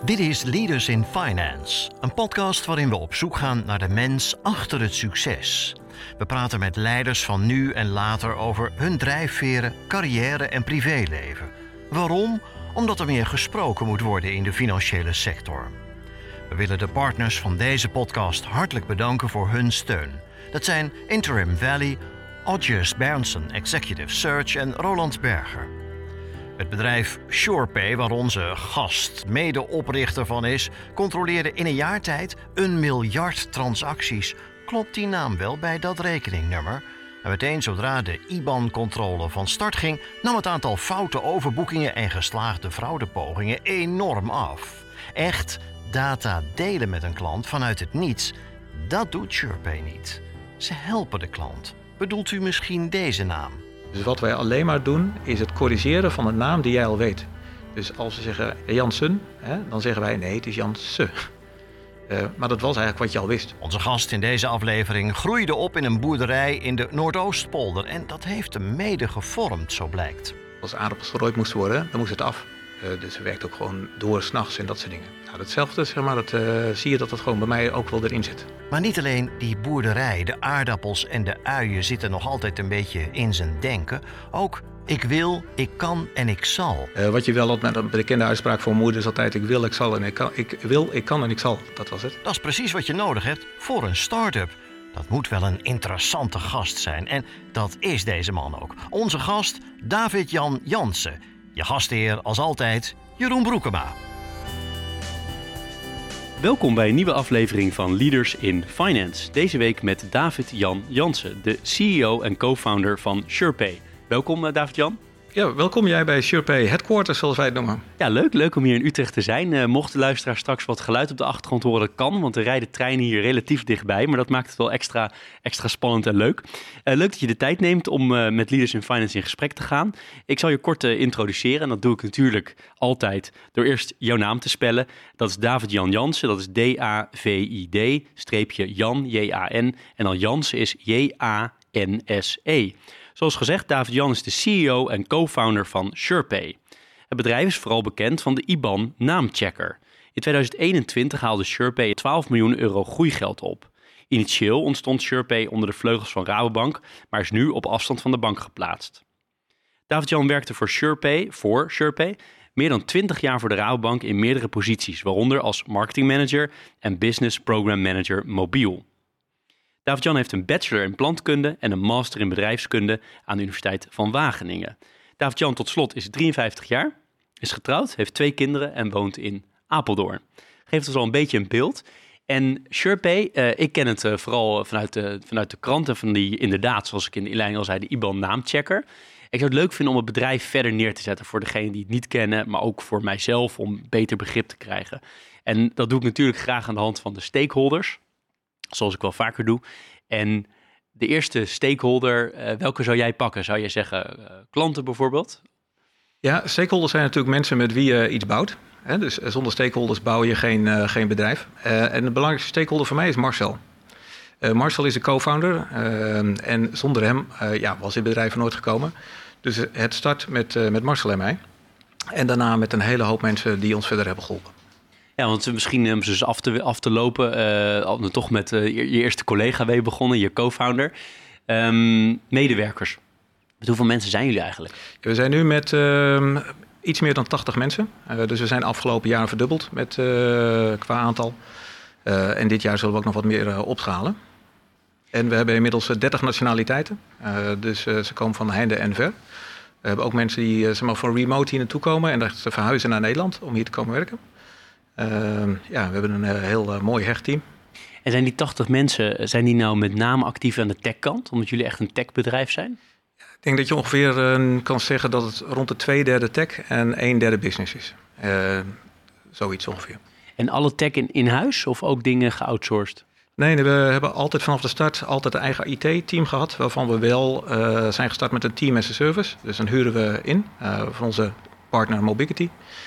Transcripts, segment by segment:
Dit is Leaders in Finance, een podcast waarin we op zoek gaan naar de mens achter het succes. We praten met leiders van nu en later over hun drijfveren, carrière en privéleven. Waarom? Omdat er meer gesproken moet worden in de financiële sector. We willen de partners van deze podcast hartelijk bedanken voor hun steun. Dat zijn Interim Valley, Odgers Berndsen Executive Search en Roland Berger. Het bedrijf SurePay, waar onze gast medeoprichter van is, controleerde in een jaar tijd 1 miljard transacties. Klopt die naam wel bij dat rekeningnummer? En meteen zodra de IBAN-controle van start ging, nam het aantal foute overboekingen en geslaagde fraudepogingen enorm af. Echt, data delen met een klant vanuit het niets, dat doet SurePay niet. Ze helpen de klant. Bedoelt u misschien deze naam? Dus wat wij alleen maar doen, is het corrigeren van een naam die jij al weet. Dus als we zeggen Janssen, dan zeggen wij nee, het is Janssen. Maar dat was eigenlijk wat je al wist. Onze gast in deze aflevering groeide op in een boerderij in de Noordoostpolder. En dat heeft hem mede gevormd, zo blijkt. Als aardappels gerooid moesten worden, dan moest het af. Dus ze werkt ook gewoon door 's nachts en dat soort dingen. Nou, datzelfde, zeg maar, zie je dat gewoon bij mij ook wel erin zit. Maar niet alleen die boerderij, de aardappels en de uien zitten nog altijd een beetje in zijn denken. Ook ik wil, ik kan en ik zal. Wat je wel had met een bekende uitspraak van moeder is altijd ik wil, ik zal en ik kan. Ik wil, ik kan en ik zal. Dat was het. Dat is precies wat je nodig hebt voor een start-up. Dat moet wel een interessante gast zijn. En dat is deze man ook. Onze gast, David-Jan Jansen. Je gastheer, als altijd, Jeroen Broekema. Welkom bij een nieuwe aflevering van Leaders in Finance. Deze week met David-Jan Jansen, de CEO en co-founder van SurePay. Welkom David-Jan. Ja, welkom jij bij SurePay Headquarters, zoals wij het noemen. Ja, leuk om hier in Utrecht te zijn. Mocht de luisteraar straks wat geluid op de achtergrond horen, dat kan, want er rijden treinen hier relatief dichtbij. Maar dat maakt het wel extra spannend en leuk. Leuk dat je de tijd neemt om met Leaders in Finance in gesprek te gaan. Ik zal je kort introduceren en dat doe ik natuurlijk altijd door eerst jouw naam te spellen. Dat is David-Jan Jansen, dat is D-A-V-I-D, streepje Jan, J-A-N. En dan Jansen is J-A-N-S-E. Zoals gezegd, David-Jan is de CEO en co-founder van SurePay. Het bedrijf is vooral bekend van de IBAN naamchecker. In 2021 haalde SurePay 12 miljoen euro groeigeld op. Initieel ontstond SurePay onder de vleugels van Rabobank, maar is nu op afstand van de bank geplaatst. David-Jan werkte voor SurePay meer dan 20 jaar voor de Rabobank in meerdere posities, waaronder als marketingmanager en business program manager mobiel. David-Jan heeft een bachelor in plantkunde en een master in bedrijfskunde aan de Universiteit van Wageningen. David-Jan tot slot is 53 jaar, is getrouwd, heeft 2 kinderen en woont in Apeldoorn. Geeft ons al een beetje een beeld. En SurePay, ik ken het vooral vanuit de kranten van die, inderdaad, zoals ik in de inleiding al zei, de IBAN naamchecker. Ik zou het leuk vinden om het bedrijf verder neer te zetten voor degenen die het niet kennen, maar ook voor mijzelf om beter begrip te krijgen. En dat doe ik natuurlijk graag aan de hand van de stakeholders, zoals ik wel vaker doe. En de eerste stakeholder, welke zou jij pakken? Zou je zeggen klanten bijvoorbeeld? Ja, stakeholders zijn natuurlijk mensen met wie je iets bouwt. Dus zonder stakeholders bouw je geen bedrijf. En de belangrijkste stakeholder voor mij is Marcel. Marcel is de co-founder en zonder hem was dit bedrijf er nooit gekomen. Dus het start met Marcel en mij. En daarna met een hele hoop mensen die ons verder hebben geholpen. Ja, want misschien om ze af te lopen, toch met je eerste collega ben je begonnen, je co-founder. Medewerkers. Met hoeveel mensen zijn jullie eigenlijk? We zijn nu met iets meer dan 80 mensen. Dus we zijn afgelopen jaar verdubbeld qua aantal. En dit jaar zullen we ook nog wat meer opschalen. En we hebben inmiddels 30 nationaliteiten. Dus ze komen van heinde en ver. We hebben ook mensen die van remote hier naartoe komen en dat ze verhuizen naar Nederland om hier te komen werken. We hebben een heel mooi hecht team. En zijn die 80 mensen, zijn die nou met name actief aan de techkant? Omdat jullie echt een techbedrijf zijn? Ik denk dat je ongeveer kan zeggen dat het rond de 2/3 tech en 1/3 business is. Zoiets ongeveer. En alle tech in huis of ook dingen geoutsourced? Nee, we hebben altijd vanaf de start altijd een eigen IT-team gehad. Waarvan we wel zijn gestart met een team as a service. Dus dan huren we in van onze partner Mobicity.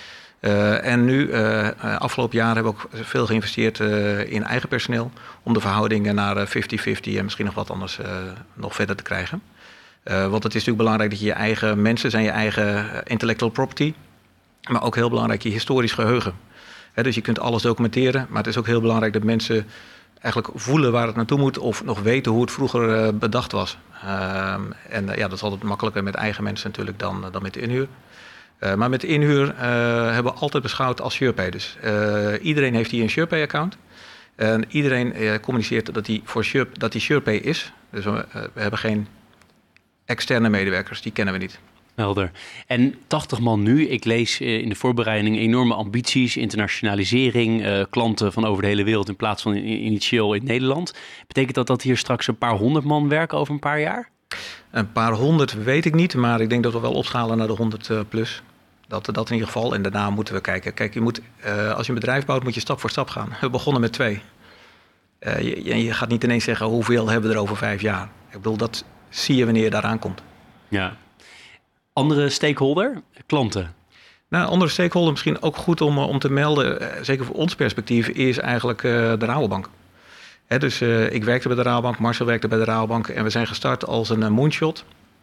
En nu, afgelopen jaar hebben we ook veel geïnvesteerd in eigen personeel. Om de verhoudingen naar 50-50 en misschien nog wat anders nog verder te krijgen. Want het is natuurlijk belangrijk dat je eigen mensen zijn, je eigen intellectual property. Maar ook heel belangrijk je historisch geheugen. Dus je kunt alles documenteren, maar het is ook heel belangrijk dat mensen eigenlijk voelen waar het naartoe moet of nog weten hoe het vroeger bedacht was. Dat is altijd makkelijker met eigen mensen natuurlijk dan met de inhuur. Maar met de inhuur hebben we altijd beschouwd als SurePay. Dus iedereen heeft hier een SurePay-account. En iedereen communiceert dat die SurePay is. Dus we hebben geen externe medewerkers, die kennen we niet. Helder. En 80 man nu, ik lees in de voorbereiding enorme ambities, internationalisering, klanten van over de hele wereld in plaats van initieel in Nederland. Betekent dat hier straks een paar 100 man werken over een paar jaar? Een paar 100 weet ik niet, maar ik denk dat we wel opschalen naar de 100 plus. Dat in ieder geval. En daarna moeten we kijken. Kijk, als je een bedrijf bouwt, moet je stap voor stap gaan. We begonnen met 2. Je gaat niet ineens zeggen hoeveel hebben we er over 5 jaar. Ik bedoel, dat zie je wanneer je daaraan komt. Ja. Andere stakeholder? Klanten? Nou, andere stakeholder misschien ook goed om te melden, zeker voor ons perspectief, is eigenlijk de Rabobank. Dus ik werkte bij de Rabobank, Marcel werkte bij de Rabobank en we zijn gestart als een moonshot.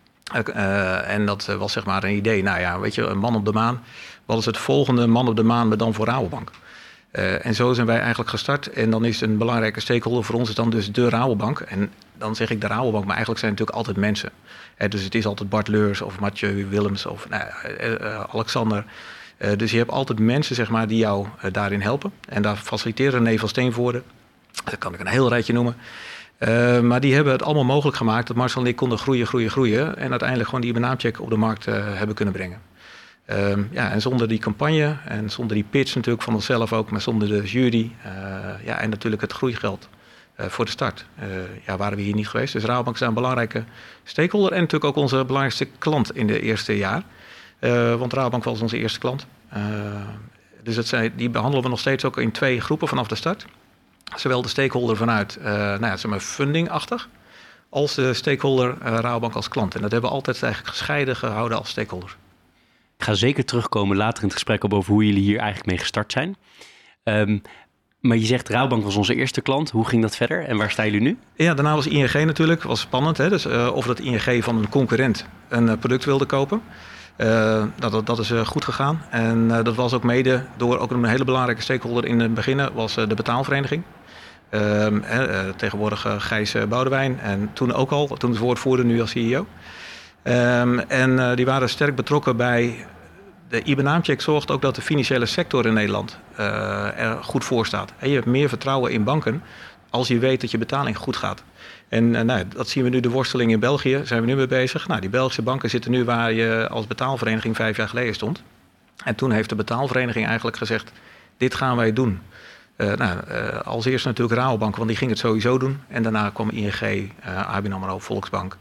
En dat was zeg maar een idee. Nou ja, weet je, een man op de maan. Wat is het volgende man op de maan, maar dan voor Rabobank? En zo zijn wij eigenlijk gestart. En dan is een belangrijke stakeholder voor ons is dan dus de Rabobank. En dan zeg ik de Rabobank, maar eigenlijk zijn het natuurlijk altijd mensen. Dus het is altijd Bart Leurs of Mathieu Willems of Alexander. Dus je hebt altijd mensen zeg maar, die jou daarin helpen. En daar faciliteren René van Steenvoorde. Dat kan ik een heel rijtje noemen. Maar die hebben het allemaal mogelijk gemaakt dat Marcel en ik konden groeien. En uiteindelijk gewoon die IBAN-check op de markt hebben kunnen brengen. En zonder die campagne en zonder die pitch natuurlijk van onszelf ook, maar zonder de jury en natuurlijk het groeigeld voor de start, waren we hier niet geweest. Dus Rabobank is een belangrijke stakeholder en natuurlijk ook onze belangrijkste klant in de eerste jaar. Want Rabobank was onze eerste klant. Dus die behandelen we nog steeds ook in 2 groepen vanaf de start. Zowel de stakeholder vanuit funding-achtig, als de stakeholder Rabobank als klant. En dat hebben we altijd eigenlijk gescheiden gehouden als stakeholders. Ik ga zeker terugkomen later in het gesprek op over hoe jullie hier eigenlijk mee gestart zijn. Maar je zegt Rabobank was onze eerste klant. Hoe ging dat verder en waar staan jullie nu? Ja, daarna was ING natuurlijk. Was spannend. Hè? Dus, of dat ING van een concurrent een product wilde kopen. Dat is goed gegaan. En dat was ook mede door ook een hele belangrijke stakeholder in het begin. Was de betaalvereniging. Tegenwoordig Gijs Boudewijn. En toen ook al, toen het woordvoerder, nu als CEO. Die waren sterk betrokken bij de IBAN-check. Zorgt ook dat de financiële sector in Nederland er goed voor staat. En je hebt meer vertrouwen in banken als je weet dat je betaling goed gaat. En dat zien we nu, de worsteling in België, zijn we nu mee bezig. Nou, die Belgische banken zitten nu waar je als betaalvereniging 5 jaar geleden stond. En toen heeft de betaalvereniging eigenlijk gezegd, dit gaan wij doen. Als eerste natuurlijk Rabobank, want die ging het sowieso doen. En daarna kwam ING, ABN AMRO, Volksbank.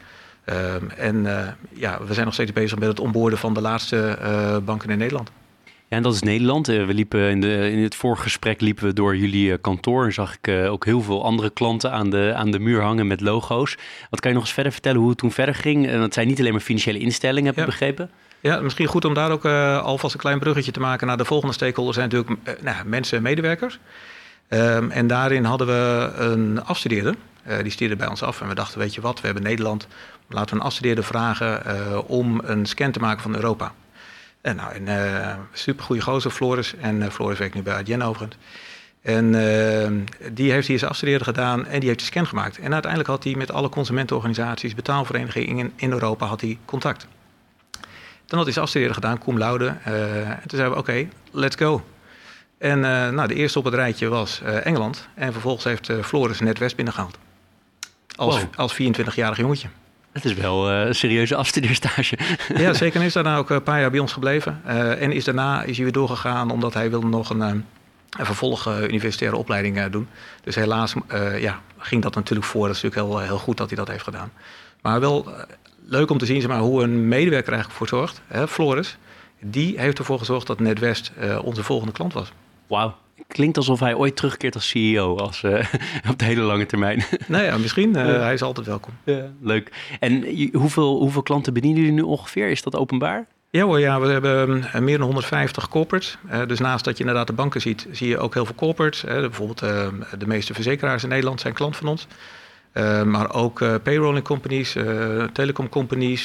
We zijn nog steeds bezig met het onboarden van de laatste banken in Nederland. Ja, en dat is Nederland. We liepen in het vorige gesprek liepen we door jullie kantoor en zag ik ook heel veel andere klanten aan de muur hangen met logo's. Wat kan je nog eens verder vertellen hoe het toen verder ging? Het zijn niet alleen maar financiële instellingen, heb ik begrepen? Ja, misschien goed om daar ook alvast een klein bruggetje te maken naar de volgende stakeholders zijn natuurlijk mensen en medewerkers. En daarin hadden we een afstudeerder. Die studeerde bij ons af en we dachten, weet je wat, we hebben Nederland. Laten we een afstudeerder vragen om een scan te maken van Europa. En supergoeie gozer, Floris. En Floris werkt nu bij Adyen overigens. En die heeft hier zijn afstudeerder gedaan en die heeft de scan gemaakt. En uiteindelijk had hij met alle consumentenorganisaties, betaalverenigingen in Europa had hij contact. Dan had hij zijn afstudeerder gedaan, cum laude. En toen zeiden we, oké, let's go. En de eerste op het rijtje was Engeland. En vervolgens heeft Floris NetWest binnengehaald. Als 24-jarig jongetje. Dat is wel een serieuze afstudeerstage. Ja, zeker. En is daarna ook een paar jaar bij ons gebleven. En daarna is hij weer doorgegaan omdat hij wilde nog een vervolg universitaire opleiding doen. Dus helaas ging dat natuurlijk voor. Dat is natuurlijk heel goed dat hij dat heeft gedaan. Maar wel leuk om te zien hoe een medewerker eigenlijk voor zorgt. Floris, die heeft ervoor gezorgd dat NetWest onze volgende klant was. Wauw. Klinkt alsof hij ooit terugkeert als CEO, op de hele lange termijn. Nou ja, misschien. Hij is altijd welkom. Ja, leuk. En hoeveel klanten bedienen jullie nu ongeveer? Is dat openbaar? Ja hoor, we hebben meer dan 150 corporates. Dus naast dat je inderdaad de banken ziet, zie je ook heel veel corporates. Bijvoorbeeld de meeste verzekeraars in Nederland zijn klant van ons. Maar ook payrolling companies, telecom companies,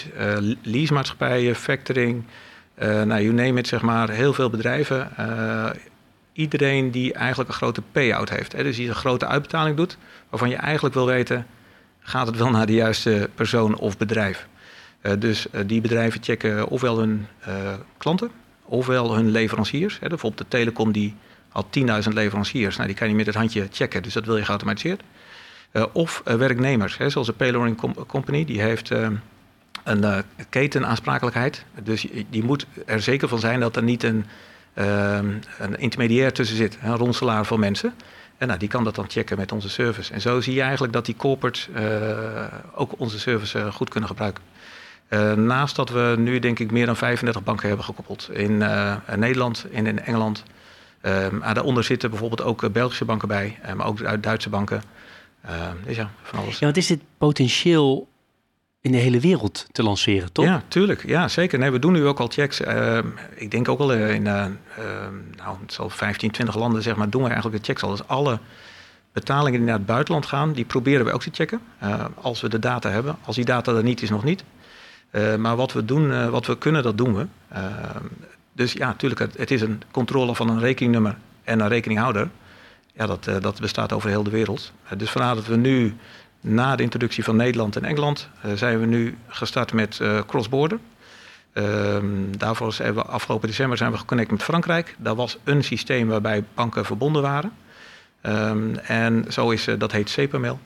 leasemaatschappijen, factoring. You name it, zeg maar. Heel veel bedrijven. iedereen die eigenlijk een grote payout heeft. Hè? Dus die een grote uitbetaling doet, waarvan je eigenlijk wil weten, gaat het wel naar de juiste persoon of bedrijf? Dus die bedrijven checken ofwel hun klanten, ofwel hun leveranciers. Hè? Bijvoorbeeld de telecom die had 10.000 leveranciers. Nou, die kan je met het handje checken, dus dat wil je geautomatiseerd. Of werknemers, hè? Zoals de Payloring Company, die heeft een ketenaansprakelijkheid. Dus die moet er zeker van zijn dat er niet een intermediair tussen zit, een ronselaar van mensen. En nou, die kan dat dan checken met onze service. En zo zie je eigenlijk dat die corporates ook onze service goed kunnen gebruiken. Naast dat we nu denk ik meer dan 35 banken hebben gekoppeld. In Nederland en in Engeland. Daaronder zitten bijvoorbeeld ook Belgische banken bij, maar ook Duitse banken. Dus ja, van alles. Ja, want is dit potentieel in de hele wereld te lanceren, toch? Ja, tuurlijk. Ja, zeker. Nee, we doen nu ook al checks. Ik denk ook al in het zal 15, 20 landen zeg maar, doen we eigenlijk de checks al. Dus alle betalingen die naar het buitenland gaan, die proberen we ook te checken. Als we de data hebben. Als die data er niet is, nog niet. Maar wat we doen, wat we kunnen, dat doen we. Dus ja, natuurlijk, het is een controle van een rekeningnummer en een rekeninghouder. Ja, dat bestaat over heel de wereld. Dus vandaar dat we nu, na de introductie van Nederland en Engeland, zijn we nu gestart met cross-border. Daarvoor zijn we afgelopen december zijn we geconnect met Frankrijk. Dat was een systeem waarbij banken verbonden waren. En zo is, dat heet SEPA-mail.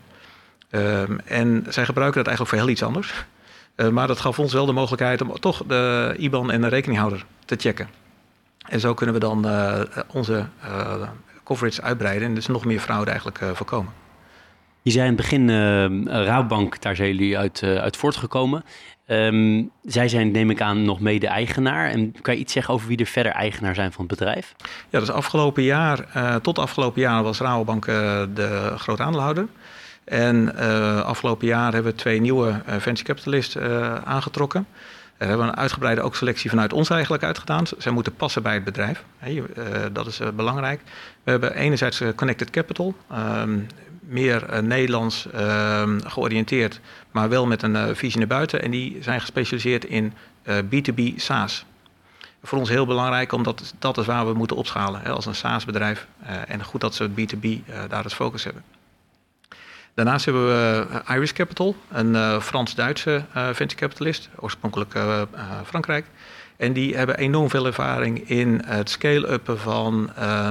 En zij gebruiken dat eigenlijk voor heel iets anders. Maar dat gaf ons wel de mogelijkheid om toch de IBAN en de rekeninghouder te checken. En zo kunnen we dan onze coverage uitbreiden en dus nog meer fraude eigenlijk voorkomen. Je zei in het begin, Rabobank, daar zijn jullie uit voortgekomen. Zij zijn, neem ik aan, nog mede-eigenaar. En kan je iets zeggen over wie er verder eigenaar zijn van het bedrijf? Ja, dus tot afgelopen jaar was Rabobank de grote aandeelhouder. En afgelopen jaar hebben we 2 nieuwe venture capitalists aangetrokken. Daar hebben we een uitgebreide ook selectie vanuit ons eigenlijk uitgedaan. Zij moeten passen bij het bedrijf. Dat is belangrijk. We hebben enerzijds Connected Capital. Meer Nederlands georiënteerd, maar wel met een visie naar buiten. En die zijn gespecialiseerd in B2B SaaS. Voor ons heel belangrijk, omdat dat is waar we moeten opschalen als een SaaS-bedrijf. En goed dat ze B2B daar als focus hebben. Daarnaast hebben we Iris Capital, een Frans-Duitse venture capitalist, oorspronkelijk Frankrijk. En die hebben enorm veel ervaring in het scale-uppen van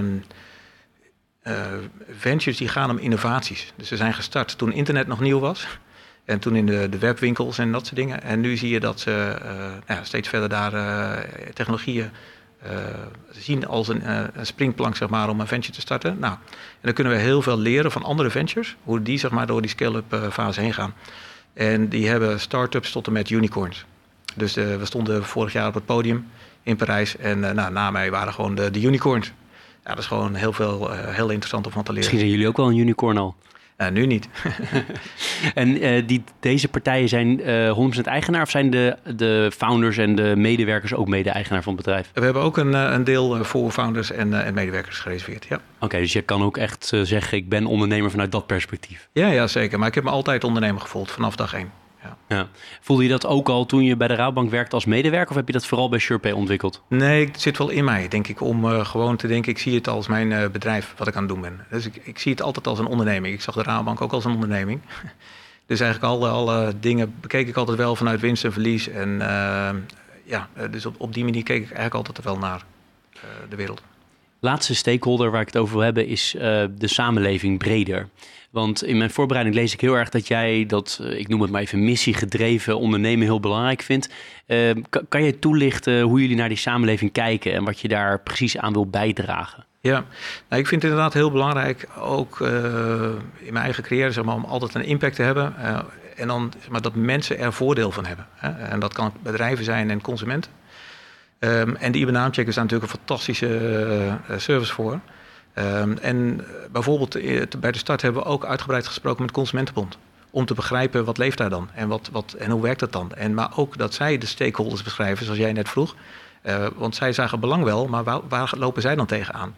ventures die gaan om innovaties. Dus ze zijn gestart toen internet nog nieuw was. En toen in de webwinkels en dat soort dingen. En nu zie je dat ze steeds verder daar technologieën zien als een springplank zeg maar, om een venture te starten. Nou, en dan kunnen we heel veel leren van andere ventures. Hoe die zeg maar, door die scale-up fase heen gaan. En die hebben start-ups tot en met unicorns. Dus we stonden vorig jaar op het podium in Parijs. En na mij waren gewoon de unicorns. Ja, dat is gewoon heel interessant om van te leren. Misschien zijn jullie ook wel een unicorn al. Nu niet. En deze partijen zijn 100% eigenaar of zijn de founders en de medewerkers ook mede-eigenaar van het bedrijf? We hebben ook een deel voor founders en medewerkers gereserveerd, ja. Oké, dus je kan ook echt zeggen, ik ben ondernemer vanuit dat perspectief. Ja, zeker. Maar ik heb me altijd ondernemer gevoeld, vanaf dag 1. Ja. Voelde je dat ook al toen je bij de Rabobank werkte als medewerker of heb je dat vooral bij SurePay ontwikkeld? Nee, het zit wel in mij, denk ik, om gewoon te denken, ik zie het als mijn bedrijf wat ik aan het doen ben. Dus ik zie het altijd als een onderneming. Ik zag de Rabobank ook als een onderneming. Dus eigenlijk alle dingen bekeek ik altijd wel vanuit winst en verlies. En dus op die manier keek ik eigenlijk altijd wel naar de wereld. Laatste stakeholder waar ik het over wil hebben is de samenleving breder. Want in mijn voorbereiding lees ik heel erg dat jij ik noem het maar even, missiegedreven ondernemen heel belangrijk vindt. Kan je toelichten hoe jullie naar die samenleving kijken en wat je daar precies aan wil bijdragen? Ja, ik vind het inderdaad heel belangrijk, ook in mijn eigen carrière, zeg maar, om altijd een impact te hebben. En dan zeg maar, dat mensen er voordeel van hebben. Hè? En dat kan bedrijven zijn en consumenten. En de IBAN-naamcheck is daar natuurlijk een fantastische service voor. En bijvoorbeeld bij de start hebben we ook uitgebreid gesproken met de Consumentenbond. Om te begrijpen wat leeft daar dan en hoe werkt dat dan. Maar ook dat zij de stakeholders beschrijven, zoals jij net vroeg. Want zij zagen belang wel, maar waar lopen zij dan tegenaan?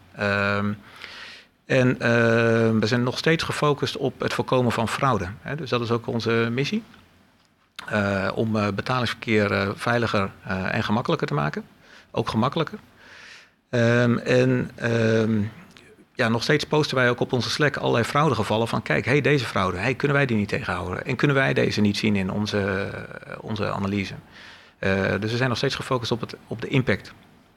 We zijn nog steeds gefocust op het voorkomen van fraude. Dus dat is ook onze missie. Om betalingsverkeer veiliger en gemakkelijker te maken. Ook gemakkelijker. Nog steeds posten wij ook op onze Slack allerlei fraudegevallen van kijk, deze fraude, kunnen wij die niet tegenhouden? En kunnen wij deze niet zien in onze analyse? Dus we zijn nog steeds gefocust op de impact.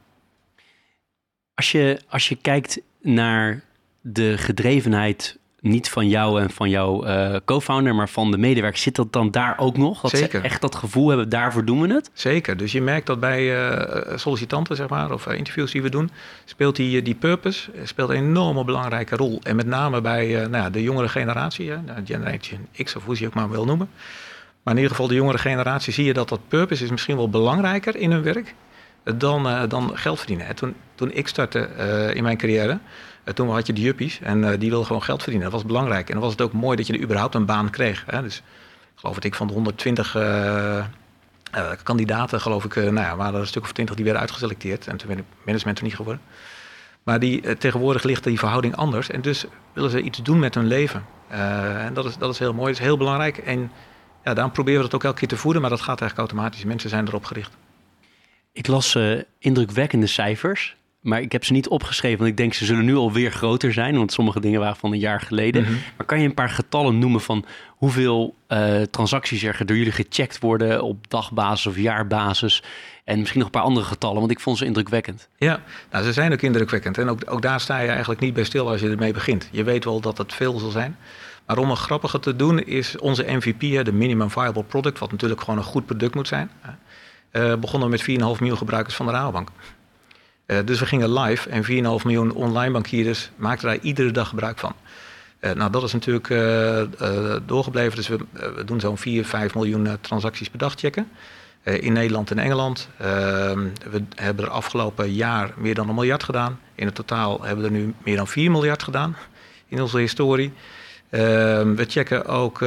Als je kijkt naar de gedrevenheid, niet van jou en van jouw co-founder, maar van de medewerkers, zit dat dan daar ook nog? Dat Zeker. Ze echt dat gevoel hebben, daarvoor doen we het? Zeker. Dus je merkt dat bij sollicitanten, zeg maar, of interviews die we doen, speelt die purpose speelt een enorme belangrijke rol. En met name bij de jongere generatie, Generation X of hoe ze je ook maar wil noemen. Maar in ieder geval de jongere generatie zie je dat purpose is misschien wel belangrijker in hun werk dan geld verdienen. Toen ik startte in mijn carrière, toen had je de juppies en die wilden gewoon geld verdienen. Dat was belangrijk. En dan was het ook mooi dat je er überhaupt een baan kreeg. Hè? Dus ik geloof dat ik van de 120 kandidaten, geloof ik, waren er een stuk of 20 die werden uitgeselecteerd. En toen ben ik management er niet geworden. Maar tegenwoordig ligt die verhouding anders. En dus willen ze iets doen met hun leven. En dat is heel mooi, dat is heel belangrijk. En daarom proberen we dat ook elke keer te voeden, maar dat gaat eigenlijk automatisch. Mensen zijn erop gericht. Ik las indrukwekkende cijfers, maar ik heb ze niet opgeschreven, want ik denk ze zullen nu alweer groter zijn, want sommige dingen waren van een jaar geleden. Mm-hmm. Maar kan je een paar getallen noemen van hoeveel transacties er door jullie gecheckt worden op dagbasis of jaarbasis? En misschien nog een paar andere getallen, want ik vond ze indrukwekkend. Ja, ze zijn ook indrukwekkend. En ook daar sta je eigenlijk niet bij stil als je ermee begint. Je weet wel dat het veel zal zijn. Maar om een grappige te doen is onze MVP, de Minimum Viable Product, wat natuurlijk gewoon een goed product moet zijn, begonnen met 4,5 miljoen gebruikers van de Rabobank. Dus we gingen live en 4,5 miljoen online bankierders maakten daar iedere dag gebruik van. Dat is natuurlijk doorgebleven. Dus we doen zo'n 4-5 miljoen transacties per dag checken. In Nederland en Engeland. We hebben er afgelopen jaar meer dan 1 miljard gedaan. In het totaal hebben we er nu meer dan 4 miljard gedaan in onze historie. We checken ook,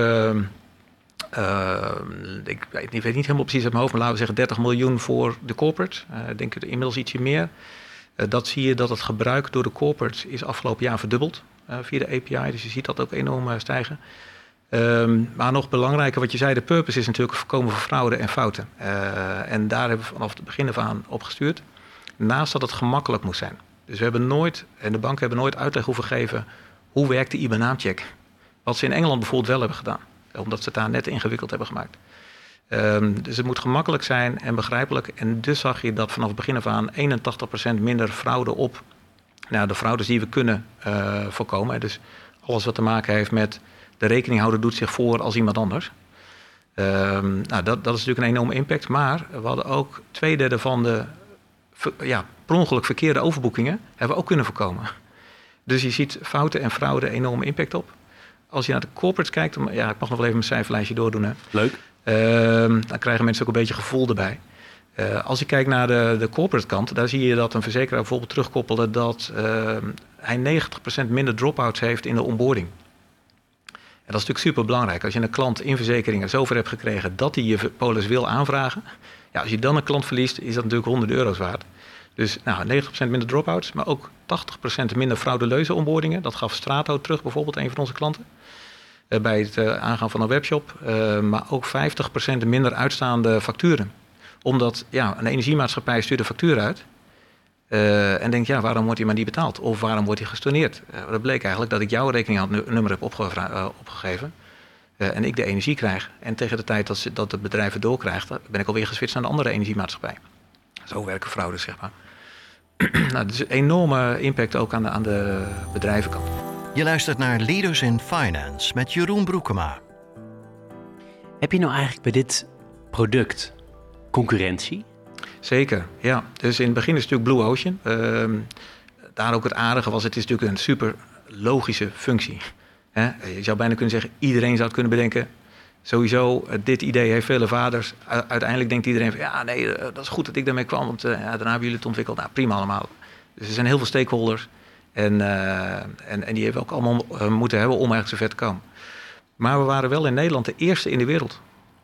ik weet niet helemaal precies uit mijn hoofd, maar laten we zeggen 30 miljoen voor de corporate. Ik denk inmiddels ietsje meer. Dat zie je dat het gebruik door de corporates is afgelopen jaar verdubbeld via de API. Dus je ziet dat ook enorm stijgen. Maar nog belangrijker, wat je zei, de purpose is natuurlijk voorkomen van fraude en fouten. En daar hebben we vanaf het begin af aan op gestuurd. Naast dat het gemakkelijk moest zijn. Dus we hebben nooit, en de banken hebben nooit uitleg hoeven geven, hoe werkt de IBAN-naamcheck? Wat ze in Engeland bijvoorbeeld wel hebben gedaan. Omdat ze het daar net ingewikkeld hebben gemaakt. Dus het moet gemakkelijk zijn en begrijpelijk. En dus zag je dat vanaf het begin af aan 81% minder fraude op de fraudes die we kunnen voorkomen. Dus alles wat te maken heeft met de rekeninghouder doet zich voor als iemand anders. Dat is natuurlijk een enorme impact. Maar we hadden ook 2/3 van de per ongeluk verkeerde overboekingen hebben we ook kunnen voorkomen. Dus je ziet fouten en fraude enorme impact op. Als je naar de corporates kijkt, ik mag nog wel even mijn cijferlijstje doordoen. Hè. Leuk. Dan krijgen mensen ook een beetje gevoel erbij. Als je kijkt naar de corporate kant, daar zie je dat een verzekeraar bijvoorbeeld terugkoppelde dat hij 90% minder drop-outs heeft in de onboarding. En dat is natuurlijk super belangrijk. Als je een klant in verzekeringen zover hebt gekregen dat hij je polis wil aanvragen. Ja, als je dan een klant verliest, is dat natuurlijk €100 waard. Dus 90% minder drop-outs, maar ook 80% minder fraudeleuze onboardingen. Dat gaf Strato terug, bijvoorbeeld, een van onze klanten. Bij het aangaan van een webshop. Maar ook 50% minder uitstaande facturen. Omdat een energiemaatschappij stuurt een factuur uit. En denkt, waarom wordt die maar niet betaald? Of waarom wordt die gestorneerd? Dat bleek eigenlijk dat ik jouw rekeningnummer heb opgegeven. En ik de energie krijg. En tegen de tijd dat het bedrijf het doorkrijgt, ben ik alweer geswitcht naar een andere energiemaatschappij. Zo werken fraudes, zeg maar. Dus een enorme impact ook aan de bedrijvenkant. Je luistert naar Leaders in Finance met Jeroen Broekema. Heb je nou eigenlijk bij dit product concurrentie? Zeker, ja. Dus in het begin is het natuurlijk Blue Ocean. Daar ook het aardige was, het is natuurlijk een super logische functie. Je zou bijna kunnen zeggen, iedereen zou het kunnen bedenken. Sowieso, dit idee heeft vele vaders. Uiteindelijk denkt iedereen van, dat is goed dat ik daarmee kwam, want daarna hebben jullie het ontwikkeld. Nou, prima allemaal. Dus er zijn heel veel stakeholders. En die hebben we ook allemaal moeten hebben om eigenlijk zo ver te komen. Maar we waren wel in Nederland de eerste in de wereld.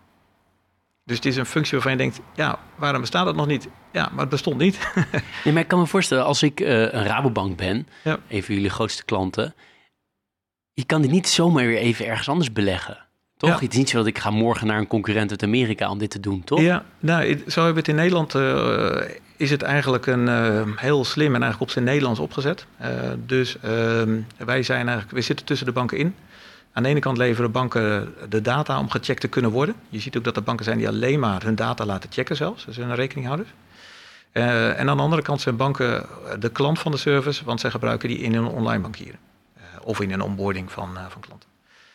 Dus het is een functie waarvan je denkt, waarom bestaat dat nog niet? Ja, maar het bestond niet. Nee, maar ik kan me voorstellen, als ik een Rabobank ben, een van jullie grootste klanten, je kan die niet zomaar weer even ergens anders beleggen. Toch? Ja. Het is niet zo dat ik ga morgen naar een concurrent uit Amerika om dit te doen, toch? Ja, zo hebben we het in Nederland is het eigenlijk heel slim en eigenlijk op zijn Nederlands opgezet. Wij zitten tussen de banken in. Aan de ene kant leveren banken de data om gecheckt te kunnen worden. Je ziet ook dat er banken zijn die alleen maar hun data laten checken zelfs. Dat zijn rekeninghouders. En aan de andere kant zijn banken de klant van de service, want zij gebruiken die in hun online bankieren. Of in een onboarding van klanten.